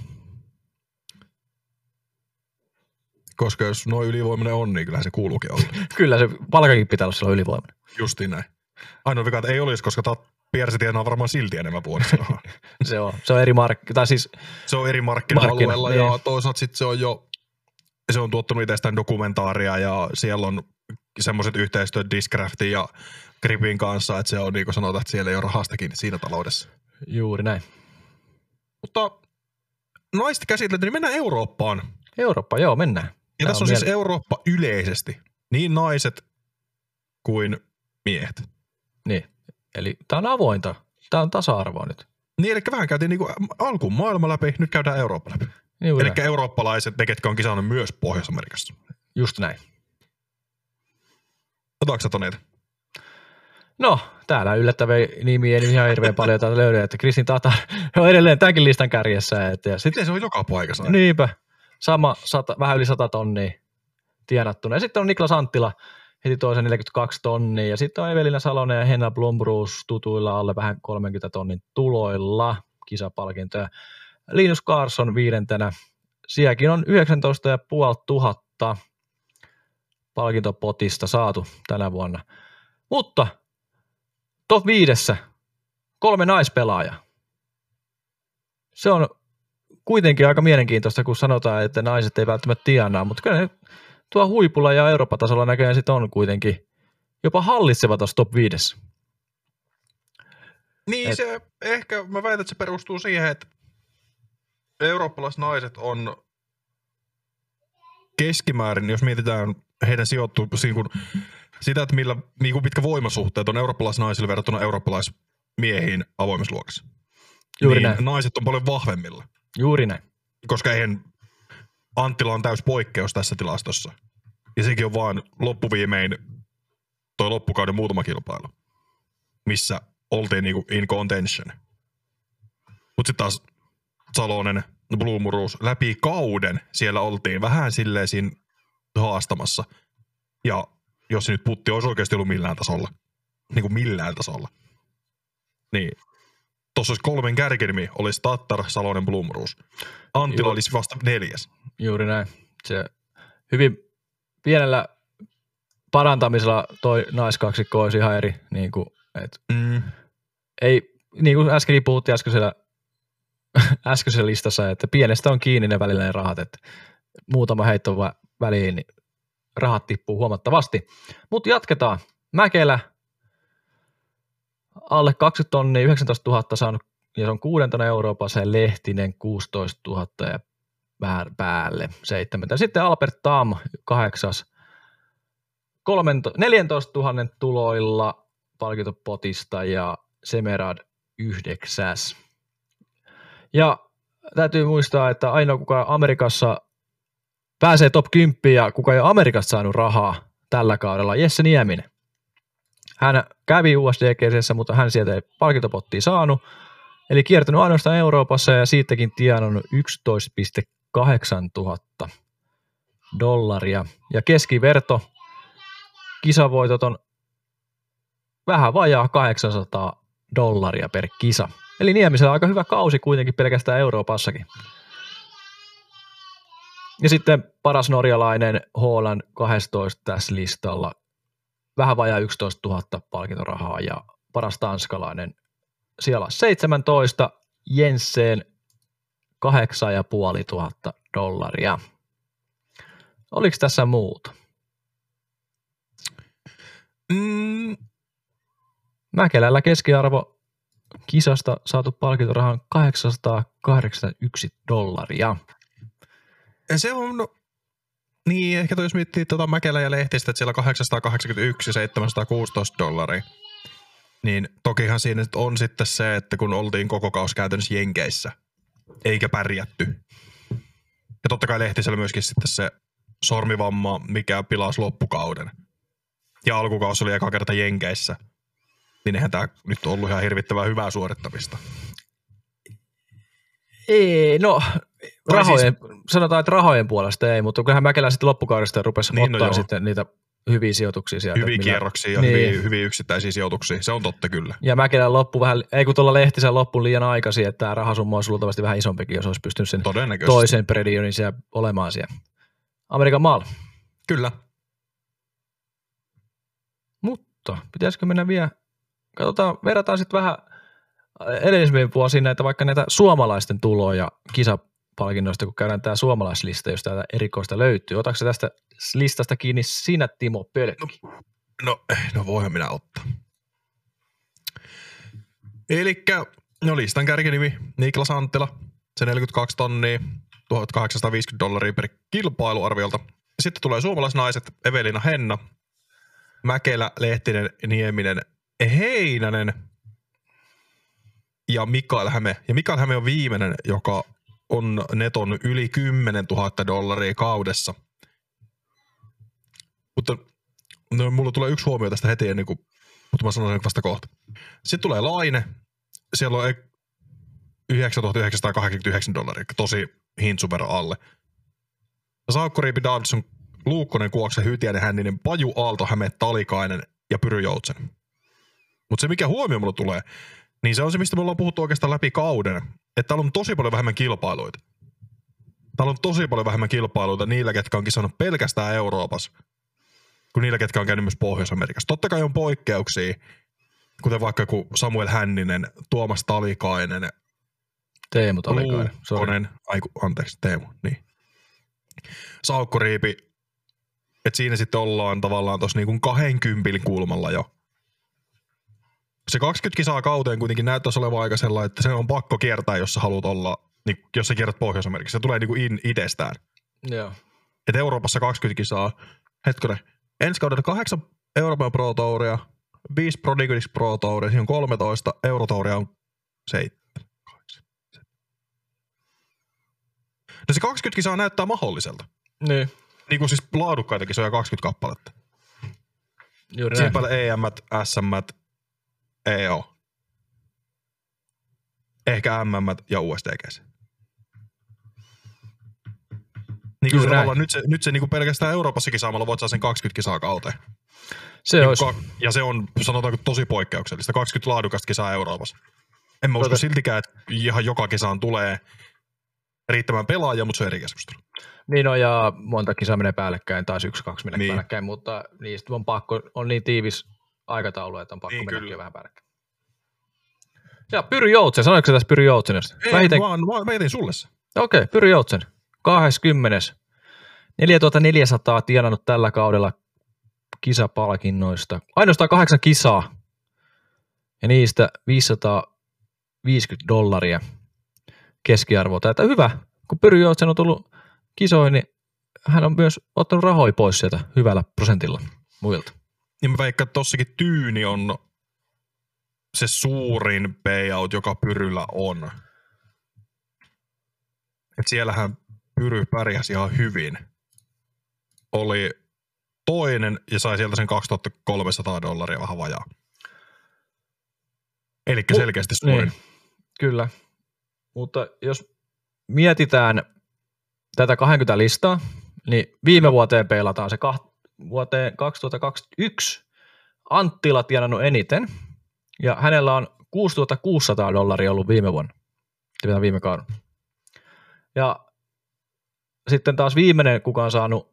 Koska jos noin ylivoimainen on, niin kyllähän se kuuluukin olla. Kyllä se palkakin pitää olla sillä ylivoimainen. Justiin näin. Ainoa vika, että ei olisi, koska tat Piersi tienaa varmaan silti enemmän vuodessa. se on, se on eri mark- tai siis se on eri markkina-alueella markkina, ja niin. Toisaalta sitten se on jo, se on tuottanut itsestään dokumentaaria ja siellä on semmoiset yhteistyöt Discraftin ja Gripin kanssa, että se on niin kuin sanotaan, että siellä ei ole rahastakin siinä taloudessa. Juuri näin. Mutta naista käsitelty, niin mennään Eurooppaan. Eurooppa, joo, mennään. Ja Tämä tässä on, on siis Eurooppa yleisesti, niin naiset kuin miehet. Niin, eli tämä on avointa, tämä on tasa-arvoa nyt. Niin, eli vähän käytiin niinku alkuun maailma läpi, nyt käydään Eurooppa läpi. Niin, eli eurooppalaiset, ne ketkä on kisannut myös Pohjois-Amerikassa. Just näin. Otaanko sä toneita? No, täällä yllättäviä nimiä ei ihan hirveän paljon täältä löydy, että Kristin Tatar on edelleen tämänkin listan kärjessä. Että, ja sit, miten se on joka paikassa? Niinpä, sama, sata, vähän yli sata tonnia tienattuna. Ja sitten on Niklas Anttila, heti toisen neljäkymmentäkaksi tonnia. Ja sitten on Evelina Salonen ja Henna Blomroos tutuilla alle vähän kolmekymmentä tonnin tuloilla kisapalkintoja. Linus Carson viidentenä. Sielläkin on yhdeksäntoista tuhatta viisisataa palkintopotista saatu tänä vuonna. Mutta top viidessä kolme naispelaajaa. Se on kuitenkin aika mielenkiintoista, kun sanotaan, että naiset ei välttämättä tienaa, mutta kyllä ne tuo huipulla ja Euroopan tasolla näköjään sitten on kuitenkin jopa hallitseva tuossa top viidessä. Niin, Et, se ehkä, mä väitän, että se perustuu siihen, että eurooppalaiset naiset on keskimäärin, jos mietitään heidän sijoittumista, niin sitä, että millä, niin kuin pitkä voimasuhteet on eurooppalaisnaisille verrattuna eurooppalaismiehiin avoimessa luokassa. Juuri niin näin. Naiset on paljon vahvemmilla. Juuri näin. Koska eihän Anttila on täys poikkeus tässä tilastossa. Ja sekin on vaan loppuviimein toi loppukauden muutama kilpailu, missä oltiin niinku in contention. Mutta sitten taas Salonen, Blomroos, läpi kauden siellä oltiin vähän silleen siinä haastamassa. Ja jos se nyt putti olisi oikeasti ollut millään tasolla, niin kuin millään tasolla, niin tuossa olisi kolmen kärkinimi, olisi Tattar, Salonen, Blomroos. Anttila Ju- olisi vasta neljäs. Juuri näin. Se hyvin pienellä parantamisella toi naiskaksikko olisi ihan eri. Niin kuin, et mm. ei, niin kuin äskenkin puhuttiin äskeisellä, äskeisellä listassa, että pienestä on kiinni ne välillä ne rahat, että muutama heitto väliin, niin rahat tippuu huomattavasti. Mutta jatketaan. Mäkelä, alle kaksikymmentä tonnia, yhdeksäntoista tuhatta saanut, ja se on kuudentena Euroopassa, ja Lehtinen kuusitoista tuhatta ja vähän päälle seitsemän. Sitten Albert Tam, kahdeksas, neljäntoista tuhannen tuloilla, palkintopotista ja Semerad yhdeksäs. Ja täytyy muistaa, että ainoa kuka Amerikassa pääsee top kymmenen ja kuka ei ole Amerikasta saanut rahaa tällä kaudella, Jesse Nieminen. Hän kävi U S D G C:ssä, mutta hän sieltä ei palkintopottia saanut. Eli kiertänyt ainoastaan Euroopassa ja siitäkin tienannut yksitoista pilkku kahdeksan tuhatta dollaria. Ja keskiverto kisavoitot on vähän vajaa kahdeksansataa dollaria per kisa. Eli Niemisellä aika hyvä kausi kuitenkin pelkästään Euroopassakin. Ja sitten paras norjalainen Haaland kaksitoista tässä listalla. Vähän vajaa yksitoista tuhatta palkintorahaa ja paras tanskalainen siellä seitsemäntoista Jensen kahdeksan ja puoli tuhatta dollaria. Oliko tässä muuta? Mm. Mäkelällä keskiarvo kisasta saatu palkintoraha on kahdeksansataakahdeksankymmentäyksi dollaria. Se on, no, niin ehkä toi jos miettii tuota Mäkelä ja Lehtistä, että siellä kahdeksansataakahdeksankymmentäyksi ja seitsemänsataakuusitoista dollaria, niin tokihan siinä on sitten se, että kun oltiin koko kaus käytännössä Jenkeissä, eikä pärjätty. Ja totta kai Lehtisellä myöskin sitten se sormivamma, mikä pilasi loppukauden. Ja alkukaus oli eka kerta Jenkeissä. Niin eihän tämä nyt ollut ihan hirvittävän hyvää suorittamista. Ei, no rahojen, siis, sanotaan, että rahojen puolesta ei, mutta kyllähän Mäkelä sitten loppukaudesta rupesi niin, ottaa no sitten niitä hyviä sijoituksia sieltä. Hyviä millä, kierroksia ja niin. hyviä, hyviä yksittäisiä sijoituksia, se on totta kyllä. Ja Mäkelän loppu vähän, ei kun tuolla Lehtisen loppu liian aikaisin, että tämä rahasumma olisi luultavasti vähän isompikin, jos olisi pystynyt sen toisen predionin siellä olemaan siellä. Amerikan maalla. Kyllä. Mutta pitäisikö mennä vielä, katsotaan, verrataan sitten vähän edellisemmin vuosiin näitä vaikka näitä suomalaisten tuloja kisapalkinnoista, kun käydään tämä suomalaislista, jos täältä erikoista löytyy. Otatko tästä listasta kiinni sinä, Timo Pölkki? No, no, no voihan minä ottaa. Elikkä, no listan kärkinimi Niklas Anttila, se neljäkymmentäkaksi tonnia, tuhatkahdeksansataaviisikymmentä dollaria per kilpailu arviolta. Sitten tulee suomalaisnaiset Evelina Henna, Mäkelä, Lehtinen, Nieminen, Heinänen ja Mikael Häme. Ja Mikael Häme on viimeinen, joka on neton yli kymmenen tuhatta dollaria kaudessa. Mutta no, mulla tulee yksi huomio tästä heti ennen kuin, mutta mä sanon sen vasta kohta. Sitten tulee Laine. Siellä on yhdeksäntuhattayhdeksänsataakahdeksankymmentäyhdeksän dollaria, tosi hintsuvero alle. Saukkoriipi, Davidson, Luukkonen, Kuokse, Hytiäinen, Hänninen, Paju, Aalto, Häme, Talikainen ja Pyry Joutsen. Mutta se mikä huomio mulla tulee, niin se on se, mistä me ollaan puhuttu oikeastaan läpi kauden, että täällä on tosi paljon vähemmän kilpailuita. Täällä on tosi paljon vähemmän kilpailuita niillä, ketkä on kisannut pelkästään Euroopassa, kuin niillä, ketkä on käynyt myös Pohjois-Amerikassa. Totta kai on poikkeuksia, kuten vaikka joku Samuel Hänninen, Tuomas Talikainen, Teemu Talikainen. Luukkonen, aiku, anteeksi, Teemu, niin. Saukkoriipi, että siinä sitten ollaan tavallaan tuossa niinku kahdenkympin kulmalla jo. Se kaksikymmentä kisaa kauteen kuitenkin näyttäisi olevan aika sellainen, että se on pakko kiertää, jos sä haluat olla, niin, jos sä kierrät Pohjois-Amerikassa. Se tulee niinku in itsestään. Joo. Että Euroopassa kaksikymmentä kisaa, hetkonen, ensi kaudella kahdeksan Euroopan Pro Touria, viisi Pro Digix Pro Touria, siinä on kolmetoista, Eurotouria on seitsemän. No se kaksikymmentä kisaa näyttää mahdolliselta. Niin. Niin kuin siis laadukkaita kisoja kaksikymmentä kappaletta. Juuri siinä näin. päällä E M, S M, ei oo. Ehkä M M ja U S D G. Niin kuin se nyt se, nyt se niin kuin pelkästään Euroopassakin saamalla voit saa sen kaksikymmentä kisaa kauteen. Se niin olisi. Ka- ja se on sanotaanko tosi poikkeuksellista. kaksikymmentä laadukasta kisaa Euroopassa. En mä usko Tote. siltikään, että ihan joka kisaan tulee riittämään pelaajia, mutta se on eri keskustelu. Niin on, ja monta kisaa menee päällekkäin, taisi yksi, kaksi menee Niin. päällekkäin, mutta niistä on pakko, on niin tiivis aikataulu, että on pakko Niin, mennä kyllä. vähän päällekkäin. Ja Pyry Joutsen, sanoitko sä tässä Pyry Joutsenista? Ei, Vähiten... vaan, vaan mä jätin sulle se. Okei, okay, Pyry Joutsen, kaksikymmentä. neljätuhattaneljäsataa tienannut tällä kaudella kisapalkinnoista. Ainoastaan kahdeksan kisaa, ja niistä viisisataaviisikymmentä dollaria keskiarvoa. Tämä hyvä, kun Pyry Joutsen on tullut kisoihin, niin hän on myös ottanut rahoja pois sieltä hyvällä prosentilla muilta. Niin mä veikkaan, että tossakin tyyni on se suurin payout, joka Pyryllä on. Et siellähän Pyry pärjäsi ihan hyvin. Oli toinen ja sai sieltä sen kaksituhattakolmesataa dollaria vähän vajaa. Elikkä selkeästi suurin. Niin, kyllä. Mutta jos mietitään tätä kaksikymmentä listaa, niin viime vuoteen peilataan se kaht- vuoteen kaksituhattakaksikymmentäyksi Anttila tienannut eniten, ja hänellä on kuusituhattakuusisataa dollaria ollut viime vuonna, viime kauden. Ja sitten taas viimeinen, kuka on saanut,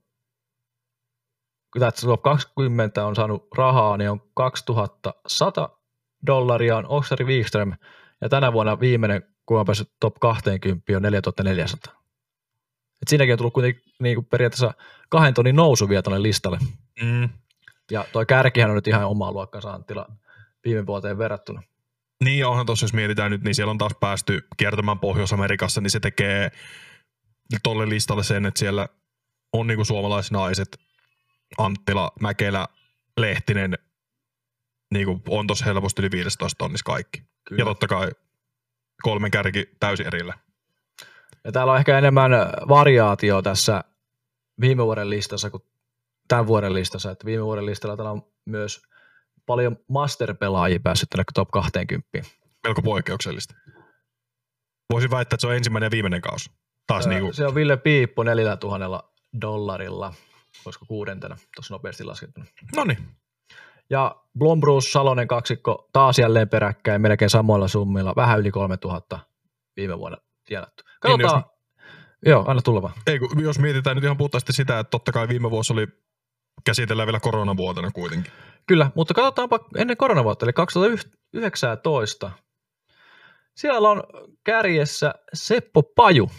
Top kaksikymmentä on saanut rahaa, niin on kaksituhattasata dollaria on Oskari Wikström, ja tänä vuonna viimeinen, kun on päässyt top kaksikymmentä, on neljätuhattaneljäsataa. Et siinäkin on tullut kuitenkin niin kuin periaatteessa kahden tonnin nousu vielä tuonne listalle. Mm. Ja toi kärkihän on nyt ihan omaa luokkansa Anttila viime vuoteen verrattuna. Niin, onhan tuossa, jos mietitään nyt, niin siellä on taas päästy kiertämään Pohjois-Amerikassa, niin se tekee tolle listalle sen, että siellä on niinku suomalaisnaiset, Anttila, Mäkelä, Lehtinen, niinku on tossa helposti yli viisitoista tonnissa kaikki. Kyllä. Ja totta kai kolmen kärki täysin erillä. Ja täällä on ehkä enemmän variaatio tässä viime vuoden listassa kuin tämän vuoden listassa. Että viime vuoden listalla täällä on myös paljon master-pelaajia päässyt tänne top kaksikymmentä. Melko poikkeuksellista. Voisin väittää, että se on ensimmäinen ja viimeinen kausi. Taas Öö, niinku. Se on Ville Piippo neljällätuhannella dollarilla. Olisiko kuudentena, tuossa nopeasti laskettuna. Noniin. Ja Blombrus Salonen kaksikko taas jälleen peräkkäin melkein samoilla summilla. Vähän yli kolmetuhatta viime vuonna tienattu. Katsotaan. Niin, Joo, anna tulla vaan. Ei, jos mietitään nyt ihan puhtaasti sitä, että totta kai viime vuosi oli käsitellään vielä koronavuotena kuitenkin. Kyllä, mutta katsotaanpa ennen koronavuotta, eli kaksituhattayhdeksäntoista. Siellä on kärjessä Seppo Paju.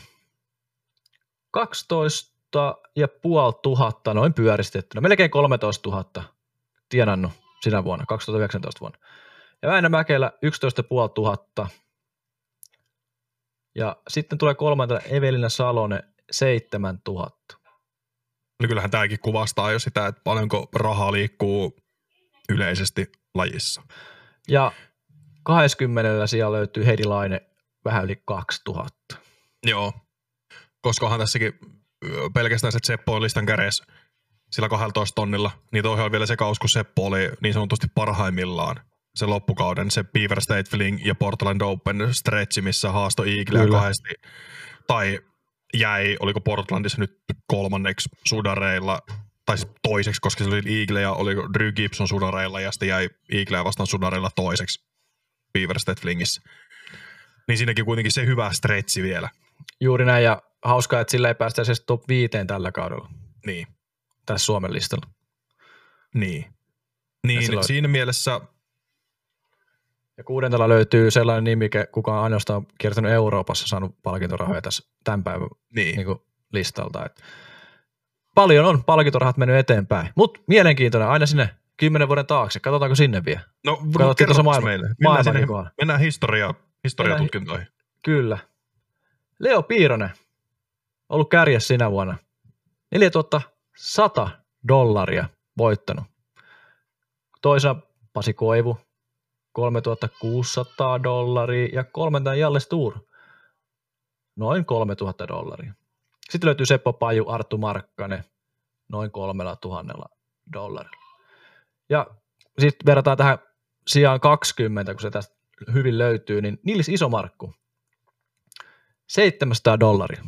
kaksitoista ja puoli tuhatta noin pyöristettynä, melkein kolmetoista tuhatta tienannut sinä vuonna, kaksituhattayhdeksäntoista vuonna. Ja Väinö Mäkelä yksitoista ja puoli tuhatta. Ja sitten tulee kolmantena Evelina Salonen seitsemäntuhatta. No kyllähän tämäkin kuvastaa jo sitä, että paljonko rahaa liikkuu yleisesti lajissa. Ja kaksikymmentä siellä löytyy Heidi Laine vähän yli kaksituhatta. Joo, koskahan tässäkin pelkästään se Seppo on listan kädessä sillä kaksitoista tonnilla, niin toihan on vielä se kaus, kun Seppo oli niin sanotusti parhaimmillaan se loppukauden, se Beaver State Fling ja Portland Open stretchi, missä haastoi Eaglea kahdesti, tai jäi, oliko Portlandissa nyt kolmanneksi sudareilla, tai siis toiseksi, koska se oli Eagle ja oliko Drew Gibson sudareilla, ja sitten jäi Eaglea vastaan sudareilla toiseksi Beaver State Flingissä. Niin siinäkin kuitenkin se hyvä stretchi vielä. Juuri näin, ja hauskaa, että sillä ei päästä edes top viiteen tällä kaudella. Niin. Tässä Suomen listalla. Niin. Niin, silloin siinä mielessä. Ja kuudentella löytyy sellainen nimi, kuka on ainoastaan kiertänyt Euroopassa, saanut palkintorahoja tässä tämän päivän niin. Niin kuin listalta. Et paljon on palkintorahat mennyt eteenpäin, mutta mielenkiintoinen aina sinne kymmenen vuoden taakse. Katsotaanko sinne vielä? No, kerro meille. Mennään, sinne, mennään historia, historiatutkintoihin. Mennään, kyllä. Leo Piironen, ollut kärjessä sinä vuonna. neljätuhattasata dollaria voittanut. Toisaalta Pasi Koivu, kolmetuhattakuusisataa dollaria ja kolmantena Jalle Stur, noin kolmetuhatta dollaria. Sitten löytyy Seppo Paju, Arttu Markkanen, noin kolmella tuhannella dollarilla. Ja sitten verrataan tähän sijaan kaksikymmentä, kun se tästä hyvin löytyy, niin Nils Isomarkku, seitsemänsataa dollaria.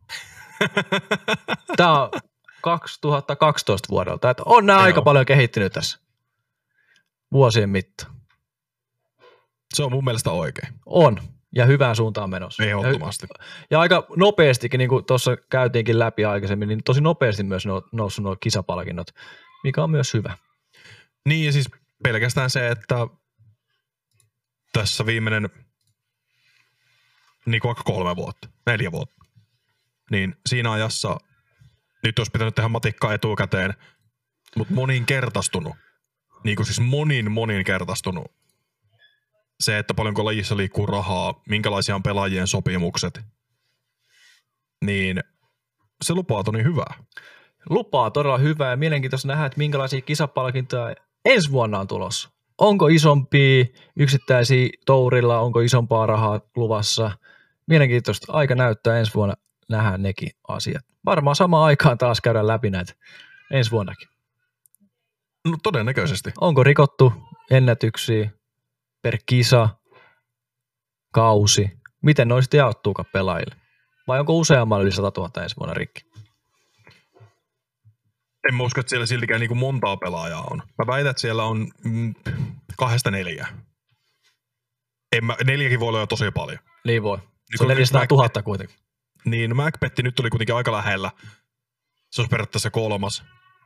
Tämä on kaksituhattakaksitoista vuodelta, että on nämä aika paljon kehittynyt tässä vuosien mittaan. Se on mun mielestä oikein. On, ja hyvään suuntaan menossa. Ehdottomasti. Ja, ja aika nopeastikin, niin kuin tuossa käytiinkin läpi aikaisemmin, niin tosi nopeasti myös noussut nuo kisapalkinnot, mikä on myös hyvä. Niin, ja siis pelkästään se, että tässä viimeinen niin kuin vaikka kolme vuotta, neljä vuotta, niin siinä ajassa, nyt olisi pitänyt tehdä matikkaa etukäteen, mutta moninkertaistunut, niin kuin siis monin moninkertaistunut se, että paljonko lajissa liikkuu rahaa, minkälaisia on pelaajien sopimukset, niin se lupaa toni hyvää. Lupaa todella hyvää ja mielenkiintoista nähdä, että minkälaisia kisapalkintoja ensi vuonna on tulossa. onko isompia yksittäisiä tourilla, onko isompaa rahaa luvassa. Mielenkiintoista. Aika näyttää, ensi vuonna nähdään nekin asiat. Varmaan samaan aikaan taas käydään läpi näitä ensi vuonnakin. No todennäköisesti. Onko rikottu ennätyksiä per kisa, kausi? Miten ne sitten jaottuukaan pelaajille? Vai onko useamman yli sata tuhatta ensi vuonna rikki? En mä usko, että siellä siltikään niin kuin montaa pelaajaa on. Mä väitän, että siellä on mm, kahdesta neljää. En mä, neljäkin voi olla jo tosi paljon. Niin voi. Niin Se on neljäsataa tuhatta kuitenkin. Niin, Macbetti nyt tuli kuitenkin aika lähellä. Se olisi periaatteessa kolmas.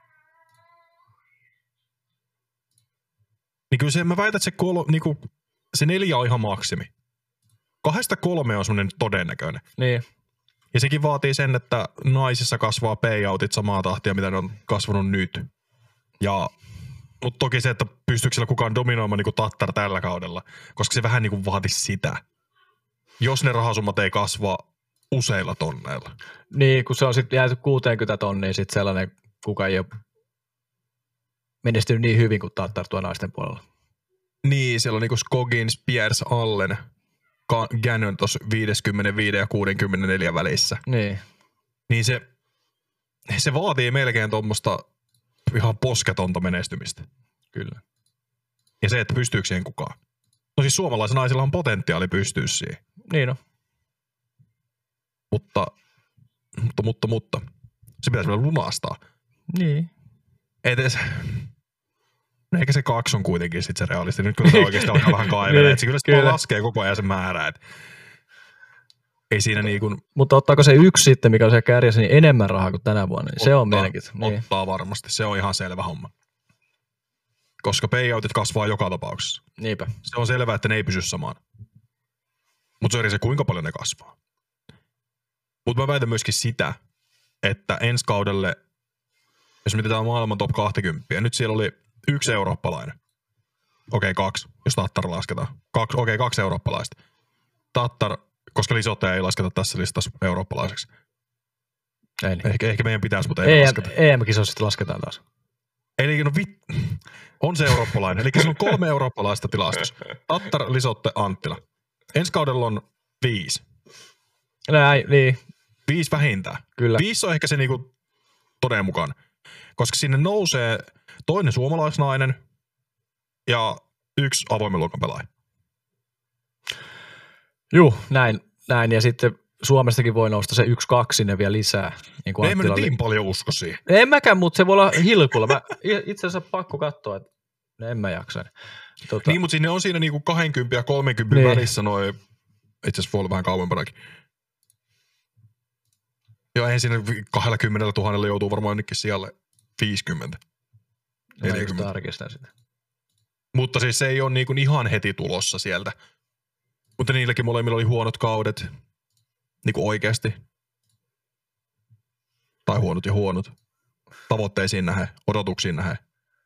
Niin kyllä se, mä väitän, että se, kol, niin kuin, se neljä on ihan maksimi. Kahdesta kolme on semmoinen todennäköinen. Niin. Ja sekin vaatii sen, että naisissa kasvaa payoutit samaa tahtia, mitä ne on kasvanut nyt. Ja, mutta toki se, että pystyykö siellä kukaan dominoimaan niin kuin Tattar tällä kaudella, koska se vähän niin kuin vaatisi sitä. Jos ne rahasummat ei kasva useilla tonneilla. Niin, kun se on sitten jääty kuusikymmentä tonnia, sitten sellainen, kuka ei ole menestynyt niin hyvin kuin Tattar tuo naisten puolella. Niin, siellä on niinku Scoggins, Pierce, Allen, Gannon tuossa viisikymmentäviisi ja kuusikymmentäneljä välissä. Niin. Niin se, se vaatii melkein tuommoista ihan posketonta menestymistä. Kyllä. Ja se, että pystyykö siihen kukaan. No siis suomalaisilla naisilla on potentiaali pystyä siihen. Niin on. Mutta, mutta, mutta, mutta. Se pitäisi vielä lunastaa. Niin. Etes. No eikä se kaksi on kuitenkin sit se realisti. Nyt kun se oikeasti alkaa vähän kaivelemaan. Niin, se kyllä, kyllä. laskee koko ajan se määrä. Et ei siinä niin kuin... Mutta ottaako se yksi sitten, mikä on se kärjessä, niin enemmän rahaa kuin tänä vuonna? Niin ottaa, se on mielenkiintoista. Niin. Ottaa varmasti. Se on ihan selvä homma. Koska payoutit kasvaa joka tapauksessa. Niinpä. Se on selvää, että ne ei pysy samaan. Mutta se on eri se, kuinka paljon ne kasvaa. Mutta mä väitän myöskin sitä, että ensi kaudelle, jos mietitään maailman top kaksikymmentä, nyt siellä oli yksi eurooppalainen. Okei, okay, kaksi, jos Tattar lasketaan. Kaksi, okei, okay, kaksi eurooppalaista. Tattar, koska Lisotte ei lasketa tässä listassa eurooppalaiseksi. Ei niin. Ehkä, ehkä meidän pitäisi, mutta ei E M, lasketa. E M-kisossa sitten lasketaan taas. Eli no vit... on se eurooppalainen. Eli se on kolme eurooppalaista tilastossa. Tattar, Lisotte, Anttila. Ensi kaudella on viisi. Näin, niin. Viisi vähintään. Kyllä. Viisi on ehkä se niinku toden mukaan. Koska sinne nousee toinen suomalaisnainen ja yksi avoimen luokan pelaaja. Juu, näin, näin. Ja sitten Suomestakin voi nousta se yksi kaksi sinne vielä lisää. Niin kuin ei mä nyt oli. niin paljon usko siihen. En mäkään, mutta se voi olla hilkulla. Mä itse asiassa pakko katsoa, että en mä jaksa. Tota... Niin, mutta sinne on siinä niinku kaksikymmentä ja kolmekymmentä niin. välissä noin, itse asiassa voi olla vähän kauempanakin. Joo, ei siinä kaksikymmentätuhatta joutuu varmaan jonnekin sijalle viisikymmentä. Mä just tarkistan sitä. Mutta siis se ei ole niinku ihan heti tulossa sieltä. Mutta niilläkin molemmilla oli huonot kaudet. Niinku oikeasti. Tai huonot ja huonot. Tavoitteisiin nähden, odotuksiin nähden.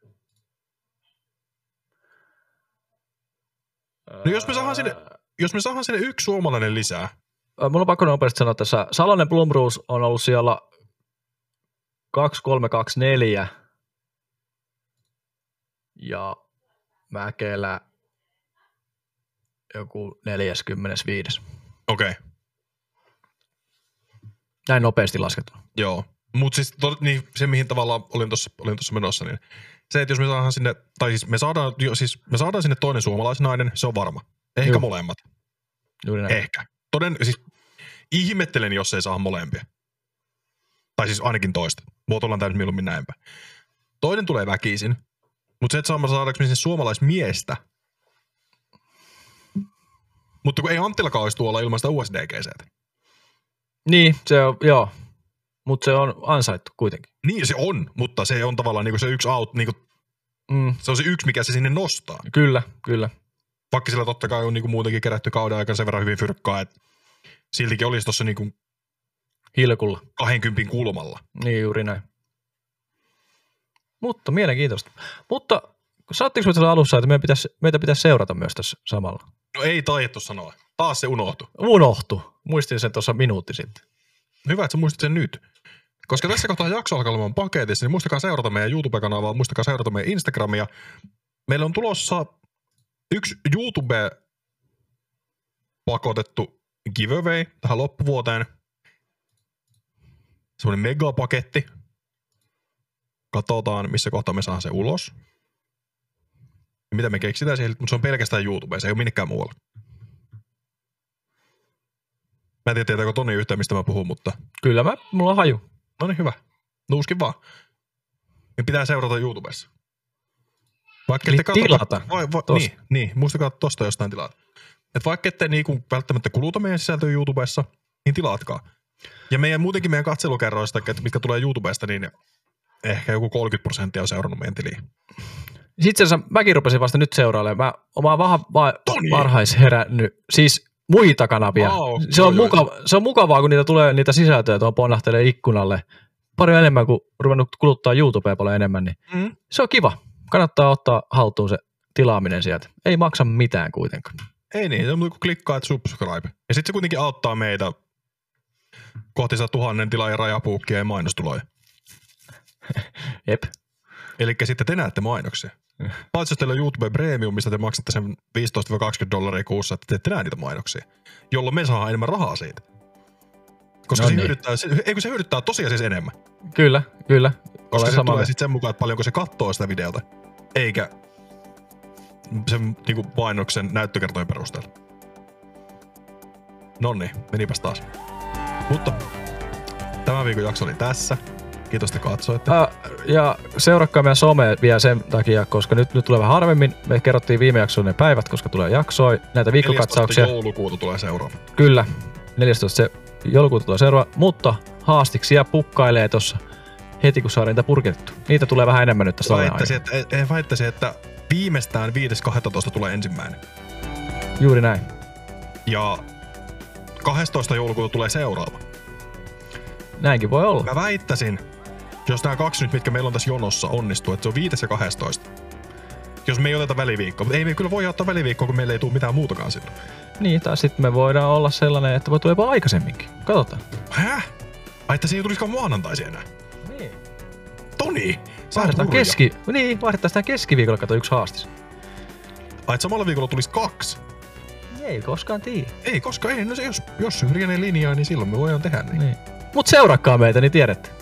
No jos me saadaan sinne, jos me saadaan sinne yksi suomalainen lisää. Mulla on pakko nopeasti sanoa tässä. Salonen Blomroos on ollut siellä kaksi kolme kaksi neljä. Ja Mäkelä joku neljäkymmentäviisi. Okei. Okay. Näin nopeasti laskettuna. Joo. Mutta siis to, niin, se, mihin tavallaan olin tuossa olin menossa, niin se, että jos me saadaan sinne, tai siis me saadaan, jo, siis me saadaan sinne toinen suomalaisnainen, se on varma. Ehkä Juh. molemmat. Juuri näin. Ehkä. Toden, siis ihmettelen, jos ei saa molempia. Tai siis ainakin toista. Muotoillaan täysin mieluummin näinpä. Toinen tulee väkisin, mutta se, että saadaanko me sinne suomalaismiestä. Mutta kun ei Anttilakaan olisi tuolla ilman sitä U S D G C:tä. Niin, se on, joo. Mutta se on ansaittu kuitenkin. Niin se on, mutta se on tavallaan niinku se yksi out, niinku, mm. se on se yksi, mikä se sinne nostaa. Kyllä, kyllä. Vaikka sillä totta kai on niinku muutenkin kerätty kauden aikana sen verran hyvin fyrkkaa, että siltikin olisi tuossa niinku hilkulla. kaksikymmentä kulmalla. Niin juuri näin. Mutta mielenkiintoista. Mutta saatteko me tässä alussa, että meitä pitäisi, meitä pitäisi seurata myös tässä samalla? No ei taidettu sanoa. Taas se unohtui. Unohtui. Muistin sen tuossa minuutti sitten. Hyvä, että sä muistit sen nyt. Koska tässä kohtaa jakso alkaa olemaan paketissa, niin muistakaa seurata meidän YouTube-kanavaa, muistakaa seurata meidän Instagramia. meillä on tulossa yksi YouTube-pakotettu giveaway tähän loppuvuoteen. Semmoinen megapaketti. Katsotaan, missä kohtaa me saadaan se ulos. Ja mitä me keksitään siihen, mutta se on pelkästään YouTube, se ei ole minnekään muualla. Mä en tiedä, tietääkö Toni yhtään, mistä mä puhun, mutta... Kyllä mä, mulla on haju. No niin, hyvä. Nuuskin vaan. Me pitää seurata YouTubessa. Vaikka Eli ette katsota, tilata. Vai, vai, Tos. niin, niin, muistakaa tosta jostain tilata. Et vaikka ette niinku välttämättä kuluta meidän sisältöä YouTubessa, niin tilaatkaa. Ja meidän, muutenkin meidän katselukerroista, mitkä tulee YouTubesta, niin ehkä joku kolmekymmentä prosenttia on seurannut meidän tiliin. Sitten asiassa mäkin rupesin vasta nyt seurailemaan. Mä oon vähän va- Toni! varhaisherännyt. Siis muita kanavia. Wow, se, on joo, mukava, se on mukavaa, kun niitä tulee niitä sisältöjä tuohon ponnahtelee ikkunalle. Paljon enemmän kuin ruvennut kuluttaa YouTubea paljon enemmän. Niin Mm. se on kiva. Kannattaa ottaa haltuun se tilaaminen sieltä. Ei maksa mitään kuitenkaan. Ei niin, se on kun klikkaa, että subscribe. Ja sitten se kuitenkin auttaa meitä kohti sitä tuhannen tilaajan rajapuukkia ja mainostuloja. Jep. Elikkä sitten te näette mainoksia. Paitsi jos teillä on YouTube Premium, mistä te maksatte sen viisitoista kaksikymmentä dollaria kuussa, että te ette näe niitä mainoksia. Jolloin me saadaan enemmän rahaa siitä. Koska No se, niin. hyödyttää, se, eikö se hyödyttää tosiasiassa enemmän. Kyllä, kyllä. Koska Olen se samaa tulee mieltä. sitten sen mukaan, että paljonko se katsoo sitä videota. Eikä sen niinku mainoksen näyttökertojen perusteella. Noniin, menipäs taas. Mutta tämän viikon jakso oli tässä. Kiitos, että katsoitte. Äh, ja seurakkaa meidän somea vielä sen takia, koska nyt, nyt tulee vähän harvemmin. Me kerrottiin viime jaksoon ne päivät, koska tulee jaksoja, näitä viikkokatsauksia. neljästoista joulukuuta tulee seuraava. Kyllä, neljästoista se joulukuuta tulee seuraava, mutta haastiksia pukkailee tuossa heti, kun saadaan niitä purkitettu. Niitä tulee vähän enemmän nyt tässä talven Väittäisin, aikana. että, eh, väittäisin, että viimeistään viides kahdestoista tulee ensimmäinen. Juuri näin. Ja kahdestoista joulukuuta tulee seuraava. Näinkin voi olla. Mä väittäisin, jos nämä kaksi nyt, mitkä meillä on tässä jonossa, onnistuu, että se on viides ja kahdestoista. Jos me ei oteta väliviikkoa. Mutta ei me kyllä voi ottaa väliviikkoa, kun meillä ei tule mitään muutakaan silloin. Niin, tai sitten me voidaan olla sellainen, että voi tulla jopa aikaisemminkin. Katsotaan. Häh? Ai, että se ei tulisikaan maanantaisi enää. Niin. Toni! Sä oot Vaihdetaan hurja. keski... Niin, vaihdetaan sitä keskiviikolla, kato yksi haastis. Ai, että samalla viikolla tulisi kaksi. Ei koskaan tiedä. Ei, koska ei. No se, jos, jos Syrjänen linjaa, niin silloin me voidaan tehdä niin. Niin. Mut seurakkaa meitä, niin tiedätte.